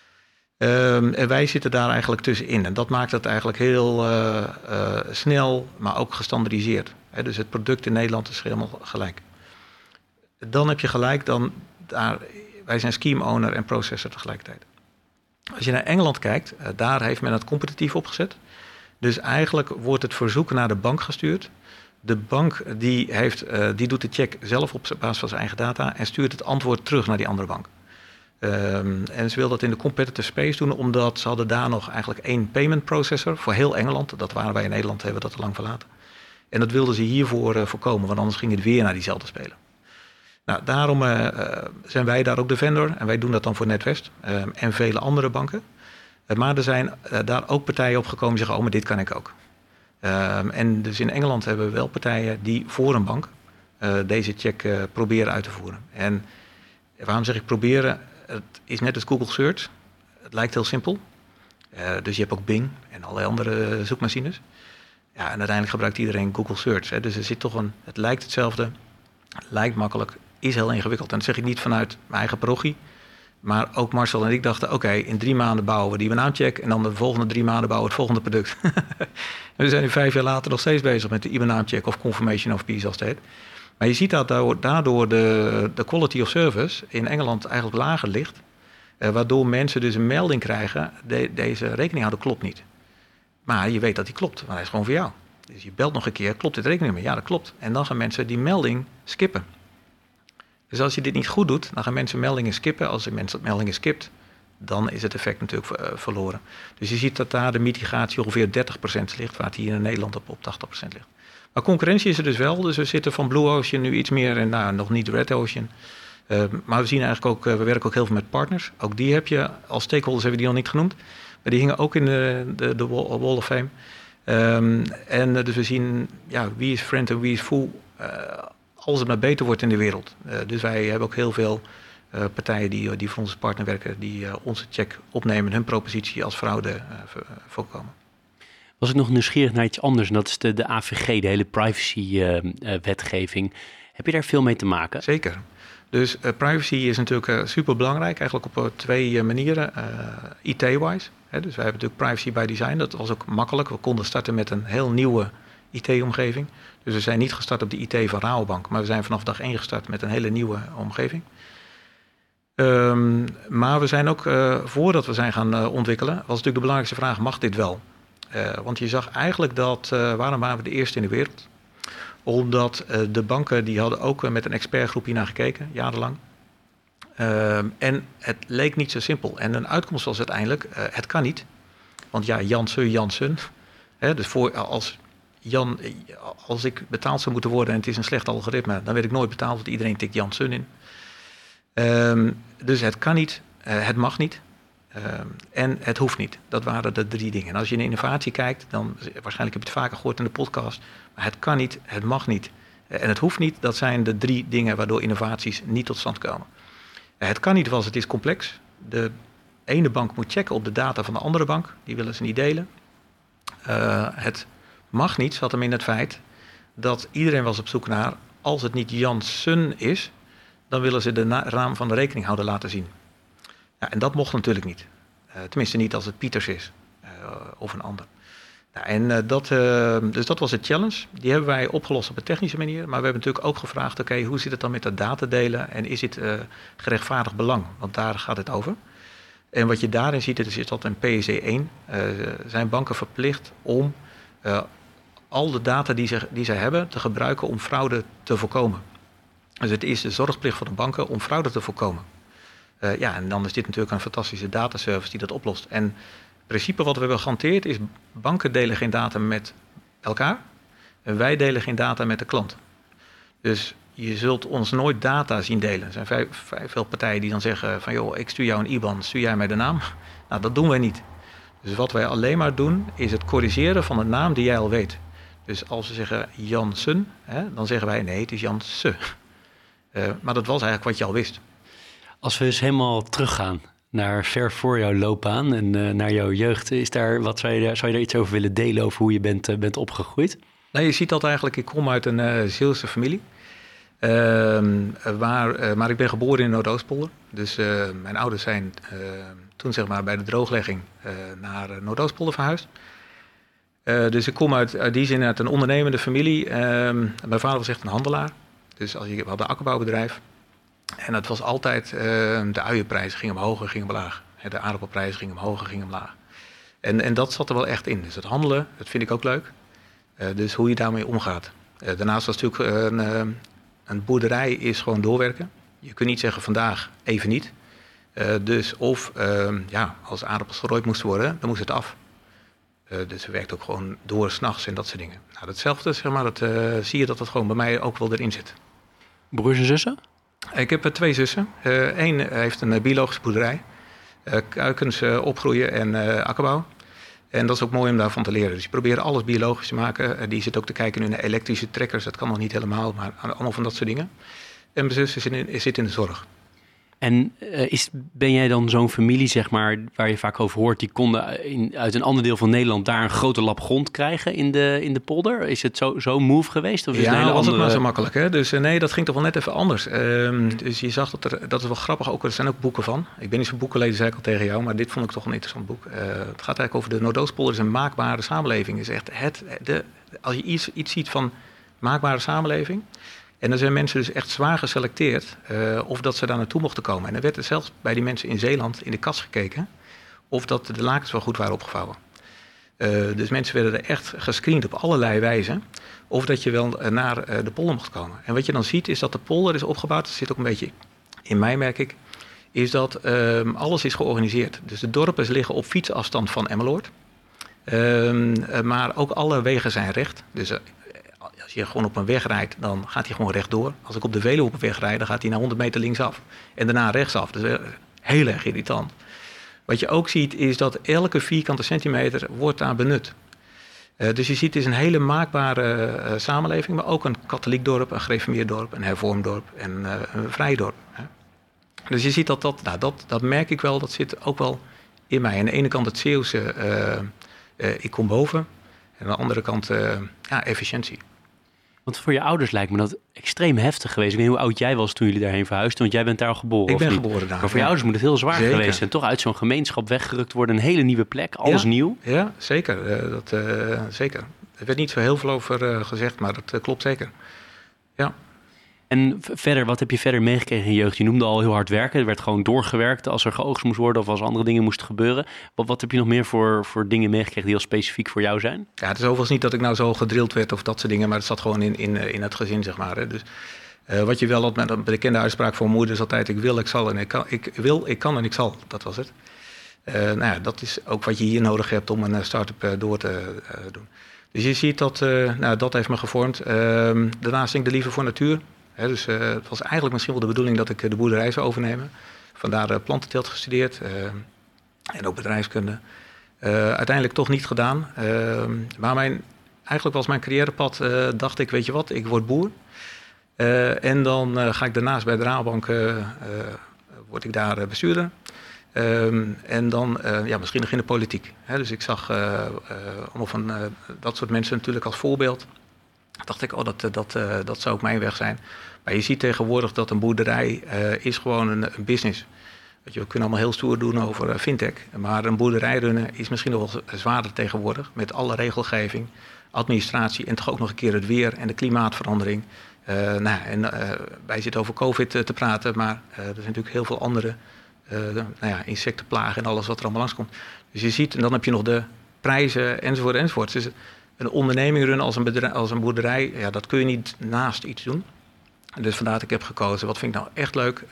En wij zitten daar eigenlijk tussenin. En dat maakt het eigenlijk heel snel, maar ook gestandaardiseerd. Dus het product in Nederland is helemaal gelijk. Dan heb je gelijk, wij zijn scheme owner en processor tegelijkertijd. Als je naar Engeland kijkt, daar heeft men het competitief opgezet. Dus eigenlijk wordt het verzoek naar de bank gestuurd. De bank die doet de check zelf op basis van zijn eigen data en stuurt het antwoord terug naar die andere bank. En ze wil dat in de competitive space doen, omdat ze hadden daar nog eigenlijk 1 payment processor voor heel Engeland. Dat waren wij in Nederland, hebben we dat al lang verlaten. En dat wilden ze hiervoor voorkomen, want anders ging het weer naar diezelfde speler. Nou, daarom zijn wij daar ook de vendor en wij doen dat dan voor NatWest en vele andere banken. Maar er zijn daar ook partijen op gekomen die zeggen, maar dit kan ik ook. En dus in Engeland hebben we wel partijen die voor een bank deze check proberen uit te voeren. En waarom zeg ik proberen? Het is net als Google Search. Het lijkt heel simpel. Dus je hebt ook Bing en allerlei andere zoekmachines. Ja, en uiteindelijk gebruikt iedereen Google Search. Hè. Dus er zit toch het lijkt hetzelfde, lijkt makkelijk, is heel ingewikkeld. En dat zeg ik niet vanuit mijn eigen parochie. Maar ook Marcel en ik dachten, oké, in 3 maanden bouwen we die naamcheck en dan de volgende 3 maanden bouwen we het volgende product. En we zijn nu 5 jaar later nog steeds bezig met de IBAN-naamcheck of confirmation of P zoals het heet. Maar je ziet dat daardoor de quality of service in Engeland eigenlijk lager ligt. Waardoor mensen dus een melding krijgen, deze rekeninghouder klopt niet. Maar je weet dat die klopt, want hij is gewoon voor jou. Dus je belt nog een keer, klopt dit rekeningnummer? Ja, dat klopt. En dan gaan mensen die melding skippen. Dus als je dit niet goed doet, dan gaan mensen meldingen skippen. Als een mens meldingen skipt, dan is het effect natuurlijk verloren. Dus je ziet dat daar de mitigatie ongeveer 30% ligt, waar het hier in Nederland op 80% ligt. Maar concurrentie is er dus wel. Dus we zitten van Blue Ocean nu iets meer en nog niet Red Ocean. Maar we zien eigenlijk ook, we werken ook heel veel met partners. Ook die heb je, als stakeholders hebben we die nog niet genoemd. Maar die hingen ook in de Wall of Fame. Dus we zien, wie is friend en wie is foe, als het maar beter wordt in de wereld. Dus wij hebben ook heel veel partijen die voor onze partner werken, die onze check opnemen, hun propositie als fraude voorkomen. Was ik nog nieuwsgierig naar iets anders, en dat is de AVG, de hele privacy-wetgeving. Heb je daar veel mee te maken? Zeker. Dus privacy is natuurlijk super belangrijk, eigenlijk op 2 manieren. IT-wise. Dus wij hebben natuurlijk privacy by design, dat was ook makkelijk. We konden starten met een heel nieuwe IT-omgeving. Dus we zijn niet gestart op de IT van Rabobank, maar we zijn vanaf dag 1 gestart met een hele nieuwe omgeving. Maar we zijn ook, voordat we zijn gaan ontwikkelen, was natuurlijk de belangrijkste vraag, mag dit wel? Want je zag eigenlijk waarom waren we de eerste in de wereld? Omdat de banken die hadden ook met een expertgroep hiernaar gekeken, jarenlang. En het leek niet zo simpel. En een uitkomst was uiteindelijk, het kan niet. Want ja, Janssen. Dus als ik betaald zou moeten worden en het is een slecht algoritme, dan werd ik nooit betaald, want iedereen tikt Janssen in. Dus het kan niet, het mag niet. En het hoeft niet. Dat waren de 3 dingen. En als je naar innovatie kijkt, dan waarschijnlijk heb je het vaker gehoord in de podcast, maar het kan niet, het mag niet en het hoeft niet. Dat zijn de 3 dingen waardoor innovaties niet tot stand komen. Het kan niet, was het is complex. De ene bank moet checken op de data van de andere bank. Die willen ze niet delen. Het mag niet, zat hem in het feit dat iedereen was op zoek naar, als het niet Janssen is, dan willen ze de naam van de rekeninghouder laten zien. Ja, en dat mocht natuurlijk niet. Tenminste niet als het Pieters is of een ander. Nou, dus dat was een challenge. Die hebben wij opgelost op een technische manier. Maar we hebben natuurlijk ook gevraagd, oké, hoe zit het dan met dat datadelen? En is dit gerechtvaardigd belang? Want daar gaat het over. En wat je daarin ziet, is dat in PSD 1 zijn banken verplicht om al de data die zij hebben te gebruiken om fraude te voorkomen. Dus het is de zorgplicht van de banken om fraude te voorkomen. En dan is dit natuurlijk een fantastische dataservice die dat oplost. En het principe wat we hebben gehanteerd is, banken delen geen data met elkaar en wij delen geen data met de klant. Dus je zult ons nooit data zien delen. Er zijn veel partijen die dan zeggen van, joh, ik stuur jou een IBAN, stuur jij mij de naam? Nou, dat doen wij niet. Dus wat wij alleen maar doen, is het corrigeren van een naam die jij al weet. Dus als ze zeggen Jansen, dan zeggen wij nee, het is Jansen. Maar dat was eigenlijk wat je al wist. Als we eens helemaal teruggaan naar ver voor jouw loopbaan en naar jouw jeugd, zou je daar iets over willen delen over hoe je bent opgegroeid? Nou, je ziet dat eigenlijk, ik kom uit een Zeelse familie. Maar ik ben geboren in Noordoostpolder. Dus mijn ouders zijn toen zeg maar bij de drooglegging naar Noordoostpolder verhuisd. Dus ik kom uit die zin uit een ondernemende familie. Mijn vader was echt een handelaar. Dus we hadden een akkerbouwbedrijf. En het was altijd, de uienprijzen gingen omhoog en gingen omlaag. De aardappelprijzen gingen omhoog en gingen omlaag. En dat zat er wel echt in. Dus het handelen, dat vind ik ook leuk. Dus hoe je daarmee omgaat. Daarnaast was natuurlijk een boerderij is gewoon doorwerken. Je kunt niet zeggen vandaag even niet. Dus als aardappels gerooid moesten worden, dan moest het af. Dus we werkten ook gewoon door 's nachts en dat soort dingen. Nou, datzelfde, zeg maar, zie je dat gewoon bij mij ook wel erin zit. Broers en zussen? Ik heb 2 zussen. Eén heeft een biologische boerderij. Kuikens opgroeien en akkerbouw. En dat is ook mooi om daarvan te leren. Dus die proberen alles biologisch te maken. Die zit ook te kijken nu naar elektrische trekkers. Dat kan nog niet helemaal, maar allemaal van dat soort dingen. En mijn zus zit in de zorg. En ben jij dan zo'n familie, zeg maar, waar je vaak over hoort, die konden uit een ander deel van Nederland daar een grote lap grond krijgen in de polder? Is het zo'n move geweest? Of is het een hele was andere... het maar zo makkelijk. Hè? Dus nee, dat ging toch wel net even anders. Dus je zag dat is wel grappig, er zijn ook boeken van. Ik ben niet zo'n boekenlezer, zei ik al tegen jou, maar dit vond ik toch een interessant boek. Het gaat eigenlijk over de Noordoostpolder, is een maakbare samenleving. Is echt als je iets ziet van maakbare samenleving. En dan zijn mensen dus echt zwaar geselecteerd of dat ze daar naartoe mochten komen. En er werd er zelfs bij die mensen in Zeeland in de kas gekeken of dat de lakens wel goed waren opgevouwen. Dus mensen werden er echt gescreend op allerlei wijzen of dat je wel naar de polder mocht komen. En wat je dan ziet is dat de polder is opgebouwd, dat zit ook een beetje in mij merk ik, is dat alles is georganiseerd. Dus de dorpen liggen op fietsafstand van Emmeloord. Maar ook alle wegen zijn recht. Dus als je gewoon op een weg rijdt, dan gaat hij gewoon rechtdoor. Als ik op de Veluwe op een weg rijd, dan gaat hij naar 100 meter linksaf. En daarna rechtsaf. Dus heel erg irritant. Wat je ook ziet, is dat elke vierkante centimeter wordt daar benut. Dus je ziet, het is een hele maakbare samenleving. Maar ook een katholiek dorp, een gereformeerd dorp, een hervormd dorp en een vrij dorp. Hè. Dus je ziet dat merk ik wel, dat zit ook wel in mij. Aan de ene kant het Zeeuwse, ik kom boven. En aan de andere kant, efficiëntie. Want voor je ouders lijkt me dat extreem heftig geweest. Ik weet niet hoe oud jij was toen jullie daarheen verhuisden, want jij bent daar al geboren. Ik ben geboren daar. Maar voor je ouders moet het heel zwaar geweest zijn. Toch uit zo'n gemeenschap weggerukt worden, een hele nieuwe plek, alles nieuw. Ja, zeker. Zeker. Er werd niet zo heel veel over gezegd, maar dat klopt zeker. Ja. En verder, wat heb je verder meegekregen in je jeugd? Je noemde al heel hard werken. Er werd gewoon doorgewerkt als er geoogst moest worden of als andere dingen moesten gebeuren. Wat heb je nog meer voor dingen meegekregen die heel specifiek voor jou zijn? Ja, het is overigens niet dat ik nou zo gedrild werd of dat soort dingen, maar het zat gewoon in het gezin, zeg maar. Hè. Dus wat je wel had met een bekende uitspraak van moeder is altijd: ik wil, ik zal en ik kan. Ik wil, ik kan en ik zal. Dat was het. Dat is ook wat je hier nodig hebt om een start-up door te doen. Dus je ziet dat heeft me gevormd. Daarnaast denk ik de liefde voor natuur. Dus het was eigenlijk misschien wel de bedoeling dat ik de boerderij zou overnemen. Vandaar plantenteelt gestudeerd en ook bedrijfskunde. Uiteindelijk toch niet gedaan. Maar eigenlijk was mijn carrièrepad, dacht ik, weet je wat, ik word boer. En dan ga ik daarnaast bij de Rabobank, word ik daar bestuurder. En dan misschien nog in de politiek. Dus ik zag allemaal van dat soort mensen natuurlijk als voorbeeld. Dacht ik, dat zou ook mijn weg zijn. Maar je ziet tegenwoordig dat een boerderij is gewoon een business. Weet je, we kunnen allemaal heel stoer doen over fintech. Maar een boerderij runnen is misschien nog wel zwaarder tegenwoordig. Met alle regelgeving, administratie en toch ook nog een keer het weer en de klimaatverandering. Wij zitten over COVID te praten, maar er zijn natuurlijk heel veel andere insectenplagen en alles wat er allemaal langskomt. Dus je ziet, en dan heb je nog de prijzen enzovoort. Dus een onderneming runnen als een boerderij, dat kun je niet naast iets doen. Dus vandaar dat ik heb gekozen, wat vind ik nou echt leuk?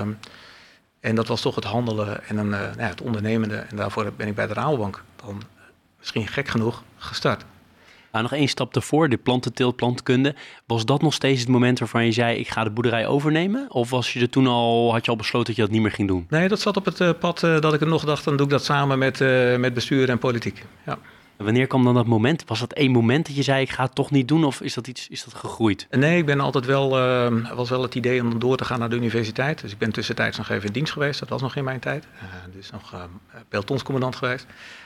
En dat was toch het handelen en het ondernemende. En daarvoor ben ik bij de Rabobank dan misschien gek genoeg gestart. Nou, nog 1 stap ervoor, de plantenteelt, plantkunde. Was dat nog steeds het moment waarvan je zei, ik ga de boerderij overnemen? Of had je al besloten dat je dat niet meer ging doen? Nee, dat zat op het pad dat ik er nog dacht, dan doe ik dat samen met bestuur en politiek. Ja. Wanneer kwam dan dat moment? Was dat één moment dat je zei, ik ga het toch niet doen? Of is dat gegroeid? Nee, ik ben altijd wel, was wel het idee om door te gaan naar de universiteit. Dus ik ben tussentijds nog even in dienst geweest. Dat was nog in mijn tijd. Dus nog pelotonscommandant geweest.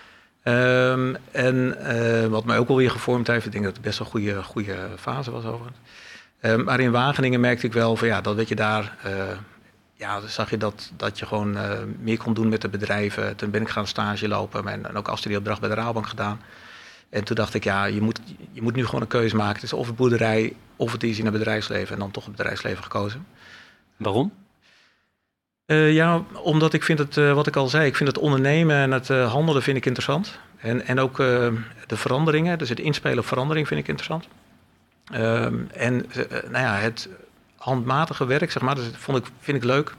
Wat mij ook wel weer gevormd heeft, ik denk dat het best wel een goede fase was overigens. Maar in Wageningen merkte ik wel van dat weet je daar, dan zag je dat je gewoon meer kon doen met de bedrijven. Toen ben ik gaan stage lopen en ook afstudeeropdracht bij de Rabobank gedaan. En toen dacht ik, je moet nu gewoon een keuze maken. Het is of het boerderij of het is in het bedrijfsleven. En dan toch het bedrijfsleven gekozen. Waarom? Omdat ik vind het, wat ik al zei, ik vind het ondernemen en het handelen vind ik interessant. En ook de veranderingen, dus het inspelen op verandering vind ik interessant. Het handmatige werk, zeg maar, dus vind ik leuk.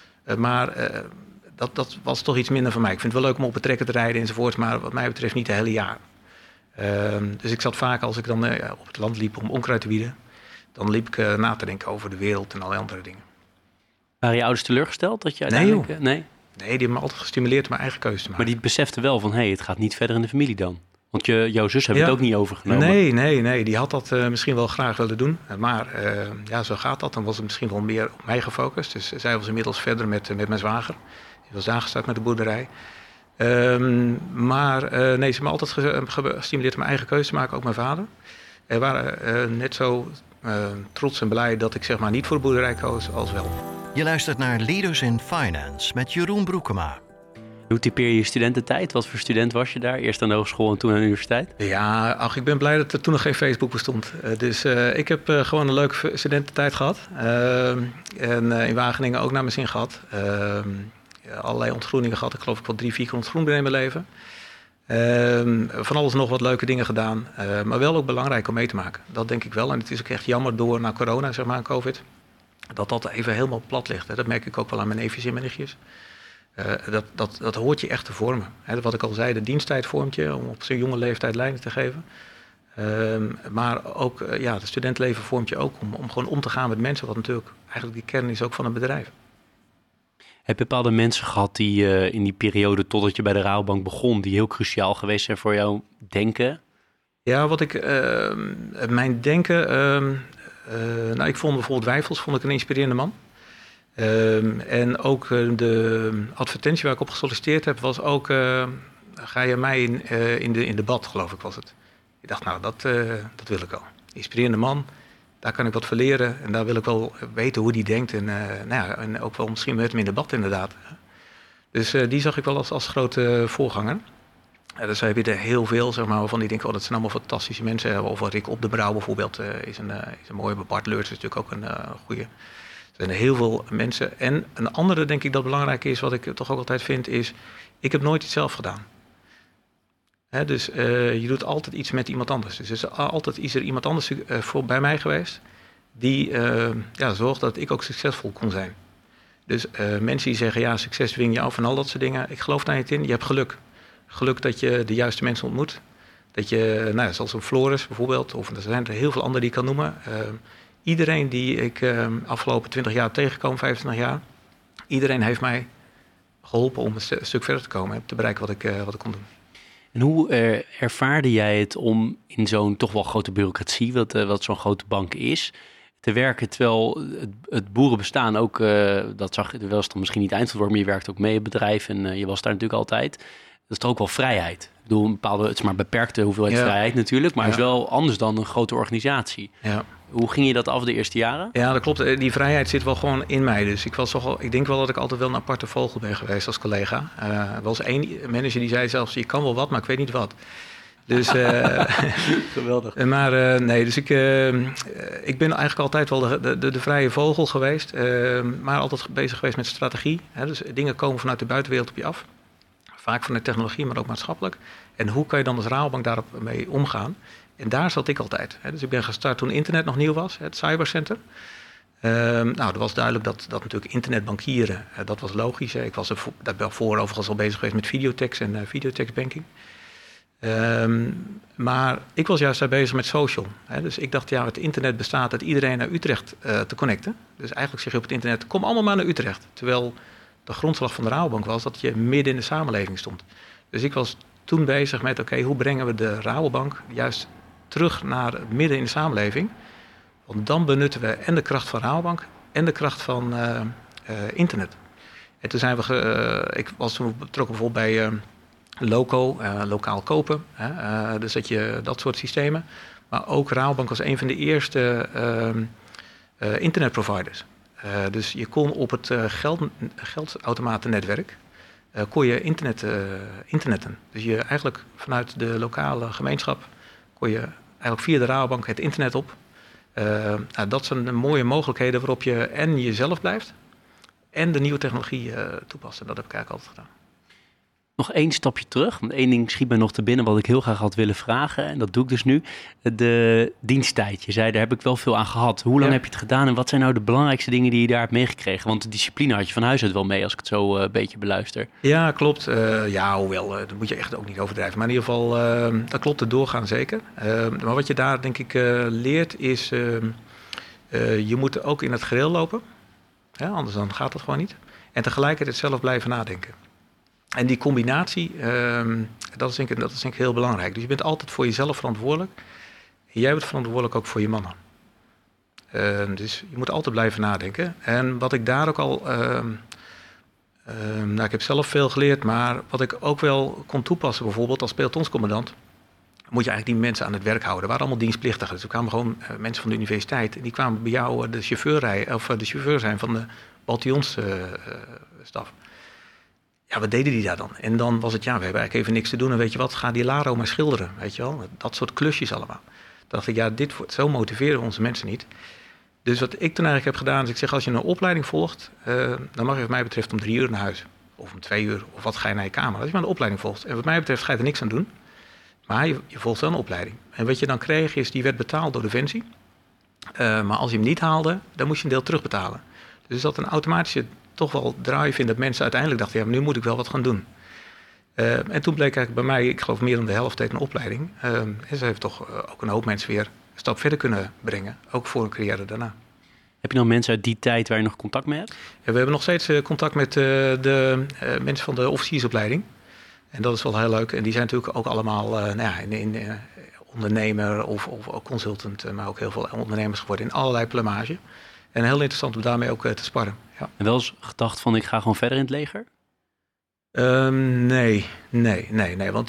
Dat was toch iets minder van mij. Ik vind het wel leuk om op het trekker te rijden enzovoort, maar wat mij betreft niet het hele jaar. Dus ik zat vaak, als ik dan op het land liep om onkruid te wieden, dan liep ik na te denken over de wereld en allerlei andere dingen. Waren je ouders teleurgesteld dat je uiteindelijk... Nee, die hebben me altijd gestimuleerd mijn eigen keuze te maken. Maar die beseften wel van, het gaat niet verder in de familie dan. Want jouw zus heeft het ook niet overgenomen. Nee, die had dat misschien wel graag willen doen. Maar zo gaat dat. Dan was het misschien wel meer op mij gefocust. Dus zij was inmiddels verder met mijn zwager. Die was aangestart met de boerderij. Ze hebben me altijd gestimuleerd om mijn eigen keuze te maken, ook mijn vader. En waren net zo trots en blij dat ik zeg maar niet voor de boerderij koos als wel. Je luistert naar Leaders in Finance met Jeroen Broekema. Hoe typeer je je studententijd? Wat voor student was je daar? Eerst aan de hogeschool en toen aan de universiteit? Ja, ik ben blij dat er toen nog geen Facebook bestond. Dus ik heb gewoon een leuke studententijd gehad. En in Wageningen ook naar mijn zin gehad. Allerlei ontgroeningen gehad. Ik geloof ik wel 3-4 keer ontgroend ben in mijn leven. Van alles nog wat leuke dingen gedaan. Maar wel ook belangrijk om mee te maken. Dat denk ik wel. En het is ook echt jammer door na corona, zeg maar, en COVID, dat even helemaal plat ligt. Hè. Dat merk ik ook wel aan mijn neefjes en mijn nichtjes. Dat hoort je echt te vormen. Hè. Wat ik al zei, de diensttijd vormt je om op zo'n jonge leeftijd leiding te geven. Maar ook het studentenleven vormt je ook om gewoon om te gaan met mensen. Wat natuurlijk eigenlijk de kern is ook van een bedrijf. Heb je bepaalde mensen gehad die in die periode totdat je bij de Rabobank begon, die heel cruciaal geweest zijn voor jouw denken? Ja, mijn denken... ik vond bijvoorbeeld Wijfels een inspirerende man. En ook de advertentie waar ik op gesolliciteerd heb, was ook... ga je mij in debat, geloof ik was het. Ik dacht, dat wil ik wel. Inspirerende man, daar kan ik wat van leren. En daar wil ik wel weten hoe die denkt. En ook wel misschien met hem in debat inderdaad. Dus die zag ik wel als grote voorganger. Dus heb je er heel veel, zeg maar, waarvan die denken, dat zijn allemaal fantastische mensen. Of Rick Op de Brouw bijvoorbeeld is een mooie. Bart Leurs is natuurlijk ook een goede. Er zijn heel veel mensen. En een andere, denk ik, dat belangrijk is, wat ik toch ook altijd vind, is, ik heb nooit iets zelf gedaan. Dus je doet altijd iets met iemand anders. Dus is er iemand anders bij mij geweest die zorgt dat ik ook succesvol kon zijn. Dus mensen die zeggen, succes dwing je af en al dat soort dingen. Ik geloof daar niet in. Je hebt geluk. Geluk dat je de juiste mensen ontmoet. Dat je, zoals een Floris bijvoorbeeld, of er zijn er heel veel anderen die ik kan noemen. Iedereen die ik afgelopen 20 jaar tegengekomen, 25 jaar, iedereen heeft mij geholpen om een stuk verder te komen, te bereiken wat ik kon doen. En hoe ervaarde jij het om in zo'n toch wel grote bureaucratie, wat zo'n grote bank is, te werken, terwijl het boerenbestaan ook, dat zag je, was dan misschien niet eindverantwoord, maar je werkt ook mee in het bedrijf en je was daar natuurlijk altijd. Dat is toch ook wel vrijheid. Ik bedoel, het is maar beperkte hoeveelheid vrijheid natuurlijk, maar het is wel anders dan een grote organisatie. Ja. Hoe ging je dat af de eerste jaren? Ja, dat klopt. Die vrijheid zit wel gewoon in mij. Dus ik denk wel dat ik altijd wel een aparte vogel ben geweest als collega. Er was één manager die zei zelfs, je kan wel wat, maar ik weet niet wat. Dus, geweldig. Dus ik ben eigenlijk altijd wel de vrije vogel geweest. Maar altijd bezig geweest met strategie. Dus dingen komen vanuit de buitenwereld op je af. Vaak vanuit technologie, maar ook maatschappelijk. En hoe kan je dan als Rabobank daarop mee omgaan? En daar zat ik altijd. Dus ik ben gestart toen internet nog nieuw was, het cybercenter. Het was duidelijk dat natuurlijk internetbankieren, dat was logisch. Ik was daarvoor overigens al bezig geweest met videotext en videotextbanking. Maar ik was juist daar bezig met social. Dus ik dacht, het internet bestaat uit iedereen naar Utrecht te connecten. Dus eigenlijk zeg je op het internet, kom allemaal maar naar Utrecht. Terwijl de grondslag van de Rabobank was dat je midden in de samenleving stond. Dus ik was toen bezig met, hoe brengen we de Rabobank juist terug naar het midden in de samenleving. Want dan benutten we en de kracht van Rabobank en de kracht van internet. En toen zijn ik was toen betrokken bijvoorbeeld bij Loco, lokaal kopen. Dus dat soort systemen. Maar ook Rabobank was een van de eerste internetproviders. Dus je kon op het geldautomatennetwerk kon je internetten. Dus je eigenlijk vanuit de lokale gemeenschap kon je eigenlijk via de Rabobank het internet op. Dat zijn mooie mogelijkheden waarop je en jezelf blijft en de nieuwe technologie toepast. En dat heb ik eigenlijk altijd gedaan. Nog 1 stapje terug, want 1 ding schiet mij nog te binnen wat ik heel graag had willen vragen. En dat doe ik dus nu. De diensttijd. Je zei, daar heb ik wel veel aan gehad. Hoe lang heb je het gedaan en wat zijn nou de belangrijkste dingen die je daar hebt meegekregen? Want de discipline had je van huis uit wel mee, als ik het zo een beetje beluister. Ja, klopt. Hoewel, dat moet je echt ook niet overdrijven. Maar in ieder geval, dat klopt het doorgaan zeker. Maar wat je daar denk ik leert is, je moet ook in het gereel lopen. Ja, anders dan gaat dat gewoon niet. En tegelijkertijd zelf blijven nadenken. En die combinatie, dat is denk ik heel belangrijk. Dus je bent altijd voor jezelf verantwoordelijk. En jij bent verantwoordelijk ook voor je mannen. Dus je moet altijd blijven nadenken. En wat ik daar ook al... ik heb zelf veel geleerd, maar wat ik ook wel kon toepassen... bijvoorbeeld als pelotonscommandant... moet je eigenlijk die mensen aan het werk houden. Er waren allemaal dienstplichtigen. Dus er kwamen gewoon mensen van de universiteit... en die kwamen bij jou de chauffeur zijn van de bataljonsstaf. Ja, wat deden die daar dan? En dan was het, we hebben eigenlijk even niks te doen. En weet je wat, ga die Laro maar schilderen, weet je wel. Dat soort klusjes allemaal. Toen dacht ik, zo motiveren we onze mensen niet. Dus wat ik toen eigenlijk heb gedaan, is ik zeg, als je een opleiding volgt... dan mag je wat mij betreft om 3 uur naar huis. Of om 2 uur, of wat ga je naar je kamer. Als je maar een opleiding volgt. En wat mij betreft ga je er niks aan doen. Maar je volgt wel een opleiding. En wat je dan kreeg, is die werd betaald door Defensie. Maar als je hem niet haalde, dan moest je een deel terugbetalen. Dus dat een automatische... toch wel drive in dat mensen uiteindelijk dachten... nu moet ik wel wat gaan doen. En toen bleek eigenlijk bij mij... ik geloof meer dan de helft deed een opleiding. En ze heeft toch ook een hoop mensen weer... een stap verder kunnen brengen. Ook voor een carrière daarna. Heb je nog mensen uit die tijd waar je nog contact mee hebt? Ja, we hebben nog steeds contact met de mensen van de officiersopleiding. En dat is wel heel leuk. En die zijn natuurlijk ook allemaal ondernemer of consultant... maar ook heel veel ondernemers geworden in allerlei plumage. En heel interessant om daarmee ook te sparren. Ja. En wel eens gedacht van, ik ga gewoon verder in het leger? Nee. Want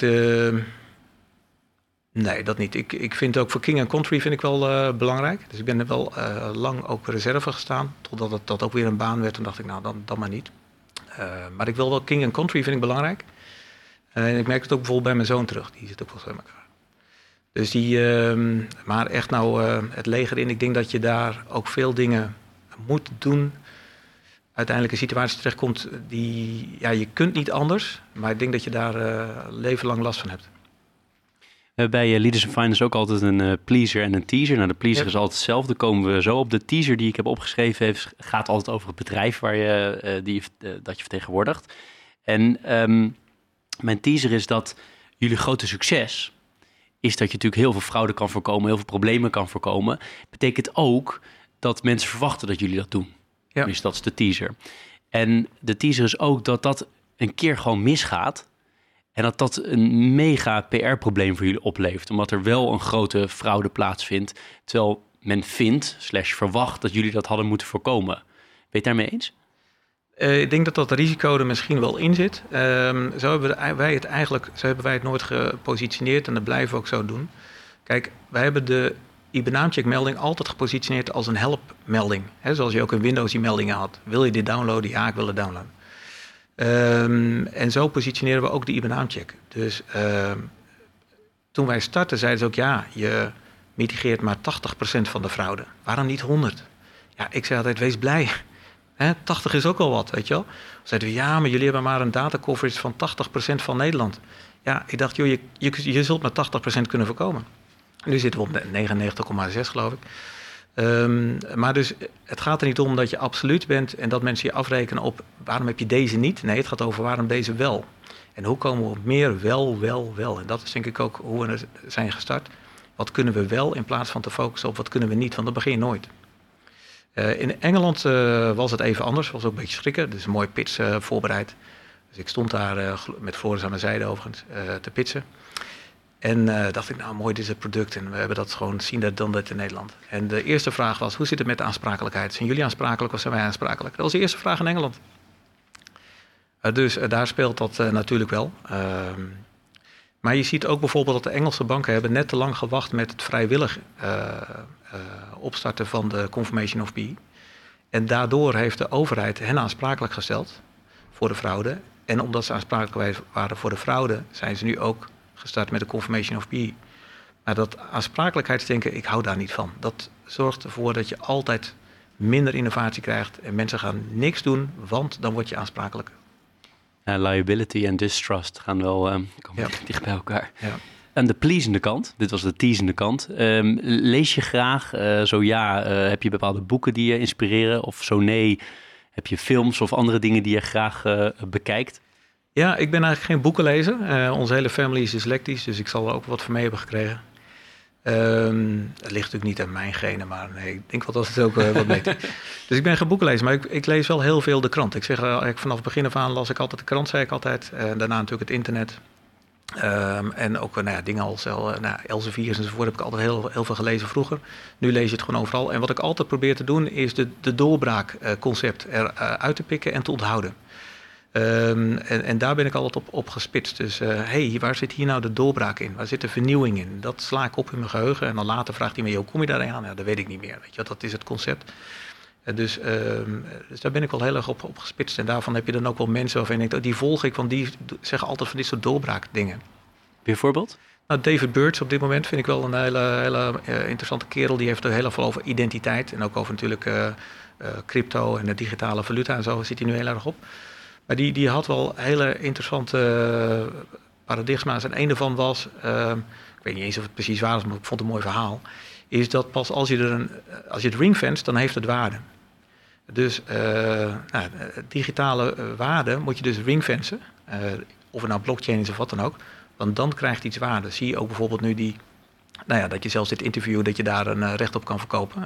nee, dat niet. Ik vind ook voor King and Country vind ik wel belangrijk. Dus ik ben er wel lang ook reserve gestaan. Totdat dat ook weer een baan werd. Toen dacht ik, dan maar niet. Maar ik wil wel King and Country vind ik belangrijk. En ik merk het ook bijvoorbeeld bij mijn zoon terug. Die zit ook wel zo in elkaar. Dus maar echt het leger in. Ik denk dat je daar ook veel dingen moet doen. Uiteindelijk een situatie terechtkomt die... Ja, je kunt niet anders. Maar ik denk dat je daar leven lang last van hebt. We hebben bij Leaders in Finance ook altijd een pleaser en een teaser. Nou, de pleaser is altijd hetzelfde. Komen we zo op. De teaser die ik heb opgeschreven gaat altijd over het bedrijf dat je vertegenwoordigt. En mijn teaser is dat jullie grote succes... is dat je natuurlijk heel veel fraude kan voorkomen, heel veel problemen kan voorkomen. Betekent ook dat mensen verwachten dat jullie dat doen. Ja. Dus dat is de teaser. En de teaser is ook dat dat een keer gewoon misgaat. En dat een mega PR-probleem voor jullie oplevert. Omdat er wel een grote fraude plaatsvindt. Terwijl men vindt, verwacht dat jullie dat hadden moeten voorkomen. Ben je het daarmee eens? Ik denk dat risico er misschien wel in zit. Zo hebben wij het nooit gepositioneerd en dat blijven we ook zo doen. Kijk, wij hebben de IBAN-check-melding altijd gepositioneerd als een helpmelding. Zoals je ook in Windows die meldingen had. Wil je dit downloaden? Ja, ik wil het downloaden. En zo positioneren we ook de IBAN-check. Dus toen wij startten zeiden ze ook... je mitigeert maar 80% van de fraude. Waarom niet 100? Ja, ik zei altijd, wees blij... 80 is ook al wat, weet je wel. Zeiden we, maar jullie hebben maar een data coverage van 80% van Nederland. Ja, ik dacht, je zult maar 80% kunnen voorkomen. Nu zitten we op 99,6 geloof ik. Maar dus, het gaat er niet om dat je absoluut bent... en dat mensen je afrekenen op waarom heb je deze niet. Nee, het gaat over waarom deze wel. En hoe komen we op meer wel. En dat is denk ik ook hoe we zijn gestart. Wat kunnen we wel in plaats van te focussen op wat kunnen we niet. Want dan begin je nooit. In Engeland was het even anders. Was ook een beetje schrikken. Dus een mooie pitch voorbereid. Dus ik stond daar met Floris aan mijn zijde overigens te pitchen. En dacht ik, nou mooi, dit is het product. En we hebben dat gewoon zien dat dan dat in Nederland. En de eerste vraag was, hoe zit het met de aansprakelijkheid? Zijn jullie aansprakelijk of zijn wij aansprakelijk? Dat was de eerste vraag in Engeland. Dus daar speelt dat natuurlijk wel. Maar je ziet ook bijvoorbeeld dat de Engelse banken hebben net te lang gewacht met het vrijwillig opstarten van de Confirmation of PE. En daardoor heeft de overheid hen aansprakelijk gesteld voor de fraude. En omdat ze aansprakelijk waren voor de fraude, zijn ze nu ook gestart met de Confirmation of PE. Maar dat aansprakelijkheidsdenken, ik hou daar niet van. Dat zorgt ervoor dat je altijd minder innovatie krijgt en mensen gaan niks doen, want dan word je aansprakelijk. Liability en distrust gaan wel komen dicht bij elkaar. Ja. En de pleasende kant, dit was de teasende kant. Lees je graag? Zo ja, heb je bepaalde boeken die je inspireren? Of zo nee, heb je films of andere dingen die je graag bekijkt? Ja, ik ben eigenlijk geen boekenlezer. Onze hele family is dyslectisch, dus ik zal er ook wat van mee hebben gekregen. Het ligt natuurlijk niet aan mijn genen, maar nee, ik denk wel dat het ook wat mee. Dus ik ben geen boekenlezer, maar ik lees wel heel veel de krant. Ik zeg vanaf het begin af aan las ik altijd de krant, zei ik altijd. Daarna natuurlijk het internet. En ook dingen als Elsevier enzovoort heb ik altijd heel veel gelezen vroeger. Nu lees je het gewoon overal. En wat ik altijd probeer te doen is de doorbraakconcept eruit te pikken en te onthouden. En daar ben ik altijd op gespitst. Dus waar zit hier nou de doorbraak in? Waar zit de vernieuwing in? Dat sla ik op in mijn geheugen. En dan later vraagt hij me, hoe kom je daar aan? Ja, dat weet ik niet meer. Weet je, dat is het concept. Dus daar ben ik wel heel erg op gespitst. En daarvan heb je dan ook wel mensen waarvan je denkt, die volg ik, want die zeggen altijd van dit soort doorbraakdingen. Weer voorbeeld? Nou, David Birch op dit moment vind ik wel een hele interessante kerel. Die heeft er heel veel over identiteit. En ook over natuurlijk crypto en de digitale valuta en zo zit hij nu heel erg op. Maar die had wel hele interessante paradigma's. En een daarvan was, ik weet niet eens of het precies waar is, maar ik vond het een mooi verhaal. Is dat pas als je het ringfenst, dan heeft het waarde. Dus digitale waarde moet je dus ringfensen. Of het nou blockchain is of wat dan ook. Want dan krijgt iets waarde. Zie je ook bijvoorbeeld nu dat je zelfs dit interview, dat je daar een recht op kan verkopen.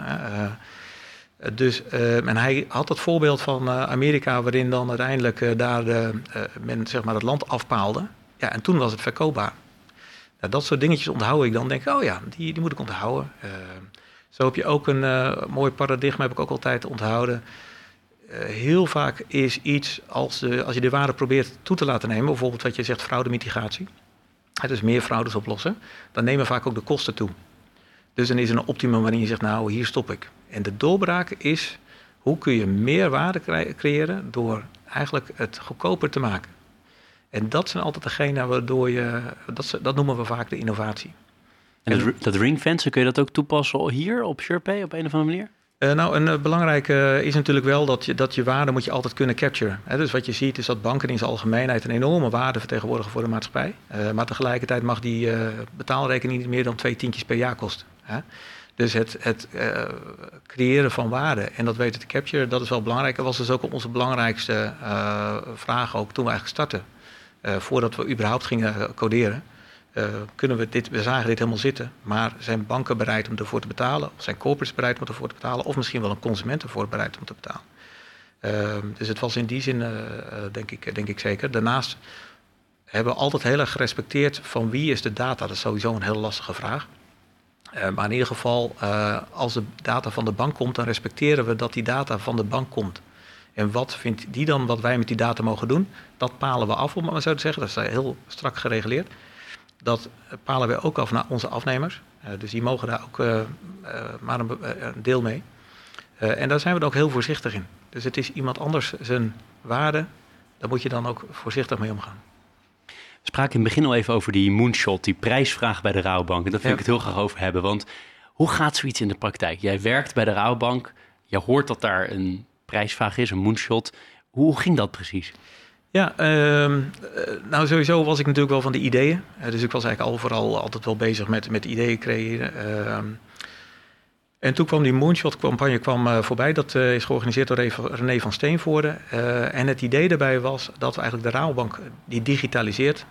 En hij had het voorbeeld van Amerika, waarin dan uiteindelijk men zeg maar het land afpaalde. Ja, en toen was het verkoopbaar. Nou, dat soort dingetjes onthoud ik dan. Denk ik, die moet ik onthouden. Zo heb je ook een mooi paradigma, heb ik ook altijd onthouden. Heel vaak is iets, als je de waarde probeert toe te laten nemen, bijvoorbeeld wat je zegt, fraudemitigatie. Dus meer fraudes oplossen. Dan nemen vaak ook de kosten toe. Dus dan is er een optimum waarin je zegt, nou, hier stop ik. En de doorbraak is, hoe kun je meer waarde creëren door eigenlijk het goedkoper te maken. En dat zijn altijd degene waardoor dat noemen we vaak de innovatie. En dat ringfencen, kun je dat ook toepassen hier op SurePay op een of andere manier? Een belangrijke is natuurlijk wel dat je waarde moet je altijd kunnen capturen. Dus wat je ziet is dat banken in zijn algemeenheid een enorme waarde vertegenwoordigen voor de maatschappij. Maar tegelijkertijd mag die betaalrekening niet meer dan 2 tientjes per jaar kosten. Dus het creëren van waarde en dat weten te capturen, dat is wel belangrijk. Dat was dus ook onze belangrijkste vraag ook toen we eigenlijk startten. Voordat we überhaupt gingen coderen. We zagen dit helemaal zitten, maar zijn banken bereid om ervoor te betalen? Of zijn corporates bereid om ervoor te betalen? Of misschien wel een consument ervoor bereid om te betalen? Dus het was in die zin, denk ik zeker. Daarnaast hebben we altijd heel erg gerespecteerd van wie is de data. Dat is sowieso een heel lastige vraag. Maar in ieder geval, als de data van de bank komt, dan respecteren we dat die data van de bank komt. En wat vindt die dan wat wij met die data mogen doen? Dat palen we af, om het maar zo te zeggen. Dat is heel strak gereguleerd. Dat palen we ook af naar onze afnemers. Dus die mogen daar ook maar een deel mee. En daar zijn we er ook heel voorzichtig in. Dus het is iemand anders zijn waarde. Daar moet je dan ook voorzichtig mee omgaan. We spraken in het begin al even over die moonshot, die prijsvraag bij de Rabobank. En daar wil ik het heel graag over hebben. Want hoe gaat zoiets in de praktijk? Jij werkt bij de Rabobank. Je hoort dat daar een prijsvraag is, een moonshot. Hoe ging dat precies? Ja, nou sowieso was ik natuurlijk wel van de ideeën. Dus ik was eigenlijk vooral altijd wel bezig met ideeën creëren. En toen kwam die moonshot-campagne voorbij. Dat is georganiseerd door René van Steenvoorde. En het idee daarbij was dat we eigenlijk de Rabobank die digitaliseert.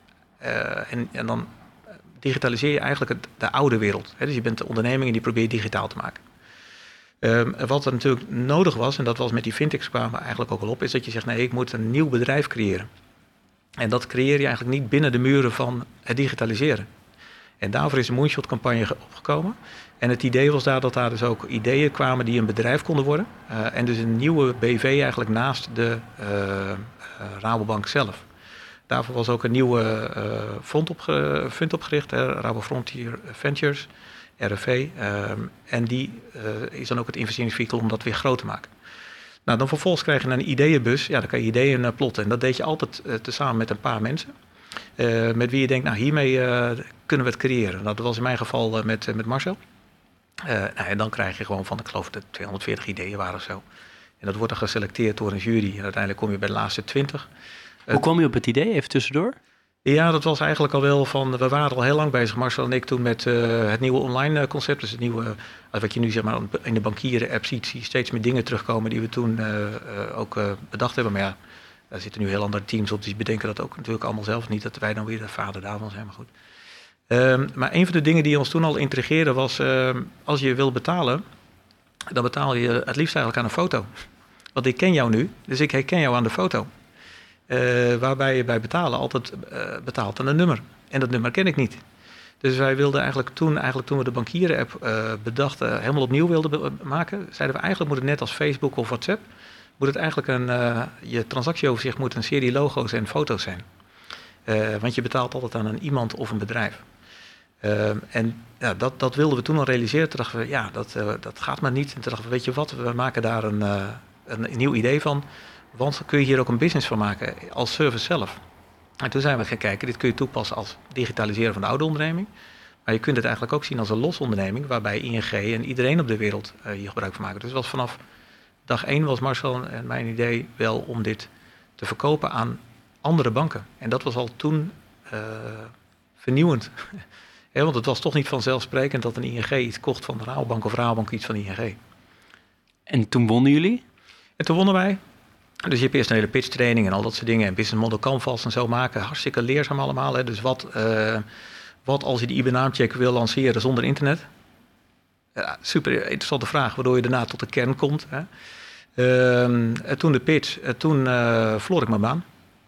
En dan digitaliseer je eigenlijk de oude wereld. Dus je bent de onderneming en die probeer je digitaal te maken. Wat er natuurlijk nodig was, en dat was met die fintechs kwamen we eigenlijk ook al op, is dat je zegt, nee, ik moet een nieuw bedrijf creëren. En dat creëer je eigenlijk niet binnen de muren van het digitaliseren. En daarvoor is de Moonshot-campagne opgekomen. En het idee was dat daar dus ook ideeën kwamen die een bedrijf konden worden. En dus een nieuwe BV eigenlijk naast de Rabobank zelf. Daarvoor was ook een nieuwe fund opgericht, Rabo Frontier Ventures, RFV. En die is dan ook het investeringsvehikel om dat weer groot te maken. Nou, dan vervolgens krijg je een ideeënbus. Ja, dan kan je ideeën plotten. En dat deed je altijd tezamen met een paar mensen. Met wie je denkt, nou hiermee kunnen we het creëren. Nou, dat was in mijn geval met Marcel. En dan krijg je gewoon van, ik geloof dat 240 ideeën waren of zo. En dat wordt dan geselecteerd door een jury. En uiteindelijk kom je bij de laatste 20. Hoe kwam je op het idee, even tussendoor? Ja, dat was eigenlijk al wel van, we waren al heel lang bezig, Marcel en ik, toen met het nieuwe online concept. Dus het nieuwe, wat je nu zeg maar in de bankieren-app ziet, zie je steeds meer dingen terugkomen die we toen ook bedacht hebben. Maar ja, daar zitten nu heel andere teams op, die bedenken dat ook natuurlijk allemaal zelf niet, dat wij dan weer de vader daarvan zijn, maar goed. Maar een van de dingen die ons toen al intrigeerde was, als je wil betalen, dan betaal je het liefst eigenlijk aan een foto. Want ik ken jou nu, dus ik herken jou aan de foto. Waarbij je bij betalen altijd betaalt aan een nummer. En dat nummer ken ik niet. Dus wij wilden eigenlijk toen we de bankieren-app bedachten, helemaal opnieuw wilden maken, zeiden we eigenlijk moet het net als Facebook of WhatsApp, moet het eigenlijk je transactieoverzicht moet een serie logo's en foto's zijn. Want je betaalt altijd aan een iemand of een bedrijf. En ja, dat wilden we toen al realiseren. Toen dachten we, ja, dat gaat maar niet. En toen dachten we, weet je wat, we maken daar een nieuw idee van. Want kun je hier ook een business van maken als service zelf. En toen zijn we gaan kijken, dit kun je toepassen als digitaliseren van de oude onderneming. Maar je kunt het eigenlijk ook zien als een los onderneming, waarbij ING en iedereen op de wereld hier gebruik van maken. Dus was vanaf dag 1 was Marcel en mijn idee wel om dit te verkopen aan andere banken. En dat was al toen vernieuwend. Want het was toch niet vanzelfsprekend dat een ING iets kocht van de Rabobank of Rabobank iets van ING. En toen wonnen jullie? En toen wonnen wij. Dus je hebt eerst een hele pitch training en al dat soort dingen. En business model canvas en zo maken. Hartstikke leerzaam allemaal. Hè. Dus wat als je de IBAN-naamcheck wil lanceren zonder internet? Ja, super interessante vraag, waardoor je daarna tot de kern komt. Hè. En toen de pitch, toen verloor ik mijn baan.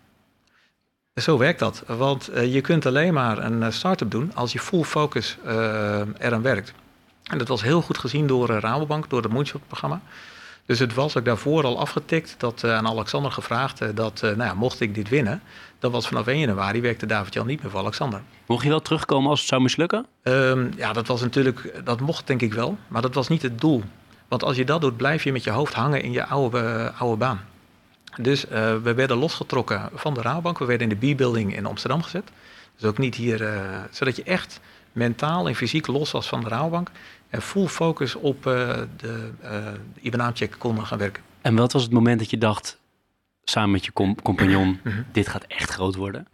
Zo werkt dat. Want je kunt alleen maar een start-up doen als je full focus eraan werkt. En dat was heel goed gezien door Rabobank, door het Moonshot-programma. Dus het was ook daarvoor al afgetikt, dat aan Alexander gevraagd, mocht ik dit winnen, dan was vanaf 1 januari werkte David-Jan niet meer voor Alexander. Mocht je wel terugkomen als het zou mislukken? Ja, dat mocht denk ik wel, maar dat was niet het doel. Want als je dat doet, blijf je met je hoofd hangen in je oude baan. Dus we werden losgetrokken van de Rabobank, we werden in de B-building in Amsterdam gezet. Dus ook niet hier, zodat je echt mentaal en fysiek los was van de Rabobank. En full focus op de IBAN-naamcheck konden gaan werken. En wat was het moment dat je dacht, samen met je compagnon, dit gaat echt groot worden?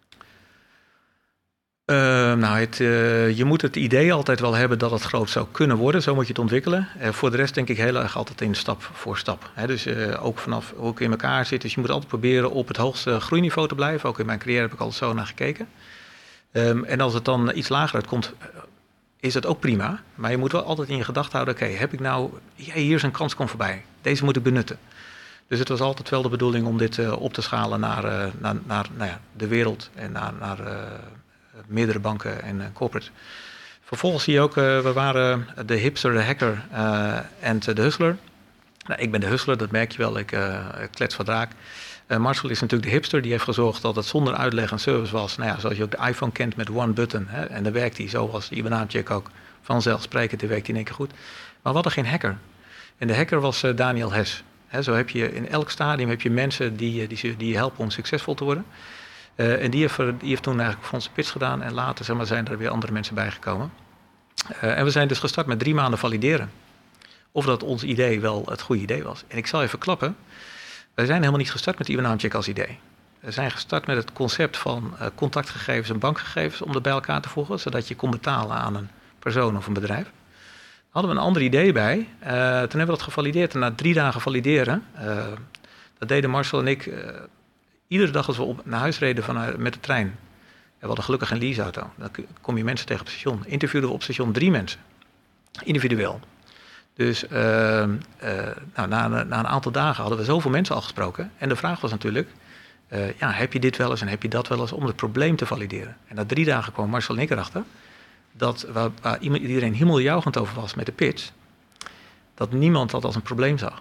Je moet het idee altijd wel hebben dat het groot zou kunnen worden. Zo moet je het ontwikkelen. Voor de rest denk ik heel erg altijd in stap voor stap. Dus ook vanaf hoe ik in elkaar zit. Dus je moet altijd proberen op het hoogste groeiniveau te blijven. Ook in mijn carrière heb ik altijd zo naar gekeken. En als het dan iets lager uitkomt, is dat ook prima. Maar je moet wel altijd in je gedachten houden, oké, heb ik nou, hier is een kans, komt voorbij. Deze moet ik benutten. Dus het was altijd wel de bedoeling om dit op te schalen naar de wereld en naar meerdere banken en corporate. Vervolgens zie je ook, we waren de hipster, de hacker en de hustler. Nou, ik ben de hustler, dat merk je wel, ik klets wat raak. Marcel is natuurlijk de hipster, die heeft gezorgd dat het zonder uitleg een service was. Nou ja, zoals je ook de iPhone kent met one button. Hè, en dan werkt die, zo was de IBAN-naamcheck ook vanzelfsprekend, die werkt in één keer goed. Maar we hadden geen hacker. En de hacker was Daniel Hes. Zo heb je in elk stadium heb je mensen die je helpen om succesvol te worden. En die heeft toen eigenlijk voor ons pitch gedaan. En later zijn er weer andere mensen bijgekomen. En we zijn dus gestart met 3 maanden valideren. Of dat ons idee wel het goede idee was. En ik zal even klappen. Wij zijn helemaal niet gestart met IBAN-naamcheck als idee. We zijn gestart met het concept van contactgegevens en bankgegevens om dat bij elkaar te voegen, zodat je kon betalen aan een persoon of een bedrijf. Hadden we een ander idee bij. Toen hebben we dat gevalideerd en na 3 dagen valideren, dat deden Marcel en ik iedere dag als we naar huis reden met de trein. En we hadden gelukkig een leaseauto. Dan kom je mensen tegen op het station. Interviewden we op het station 3 mensen. Individueel. Dus na een aantal dagen hadden we zoveel mensen al gesproken. En de vraag was natuurlijk, heb je dit wel eens en heb je dat wel eens om het probleem te valideren. En na 3 dagen kwam Marcel en ik erachter dat waar iedereen hemeljuichend over was met de pitch, dat niemand dat als een probleem zag.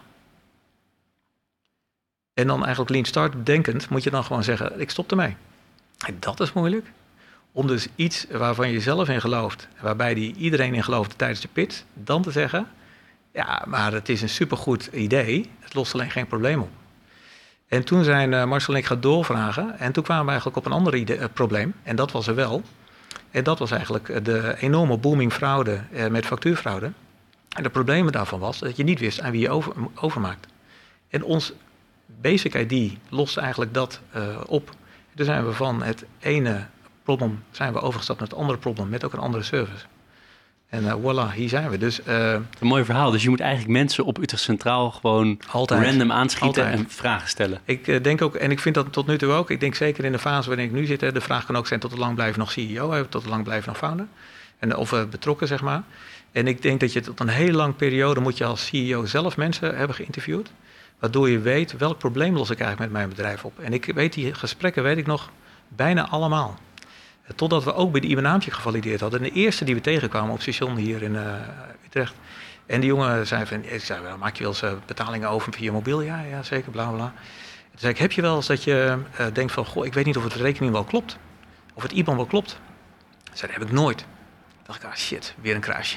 En dan eigenlijk lean startup denkend moet je dan gewoon zeggen, ik stop ermee. En dat is moeilijk. Om dus iets waarvan je zelf in gelooft, waarbij iedereen in geloofde tijdens de pitch, dan te zeggen, ja, maar het is een supergoed idee, het lost alleen geen probleem op. En toen zijn Marcel en ik gaan doorvragen en toen kwamen we eigenlijk op een ander probleem. En dat was er wel. En dat was eigenlijk de enorme booming fraude met factuurfraude. En de problemen daarvan was dat je niet wist aan wie je overmaakt. En ons Basic ID lost eigenlijk dat op. Toen zijn we van het ene probleem zijn we overgestapt naar het andere probleem met ook een andere service. En voilà, hier zijn we. Dus, een mooi verhaal. Dus je moet eigenlijk mensen op Utrecht Centraal gewoon random aanschieten en vragen stellen. Ik denk ook, en ik vind dat tot nu toe ook, ik denk zeker in de fase waarin ik nu zit, de vraag kan ook zijn tot hoe lang blijf je nog CEO, tot hoe lang blijf je nog founder. Of betrokken, zeg maar. En ik denk dat je tot een hele lange periode moet je als CEO zelf mensen hebben geïnterviewd. Waardoor je weet welk probleem los ik eigenlijk met mijn bedrijf op. En ik weet die gesprekken weet ik nog bijna allemaal. Totdat we ook bij de IBAN-naamtje gevalideerd hadden. En de eerste die we tegenkwamen op station hier in Utrecht. En die jongen zei van, maak je wel eens betalingen over via mobiel? Ja, zeker, bla bla. Toen zei ik, heb je wel eens dat je denkt van, goh, ik weet niet of het rekening wel klopt. Of het IBAN wel klopt. Zei, dat heb ik nooit. Toen dacht ik, shit, weer een kruisje.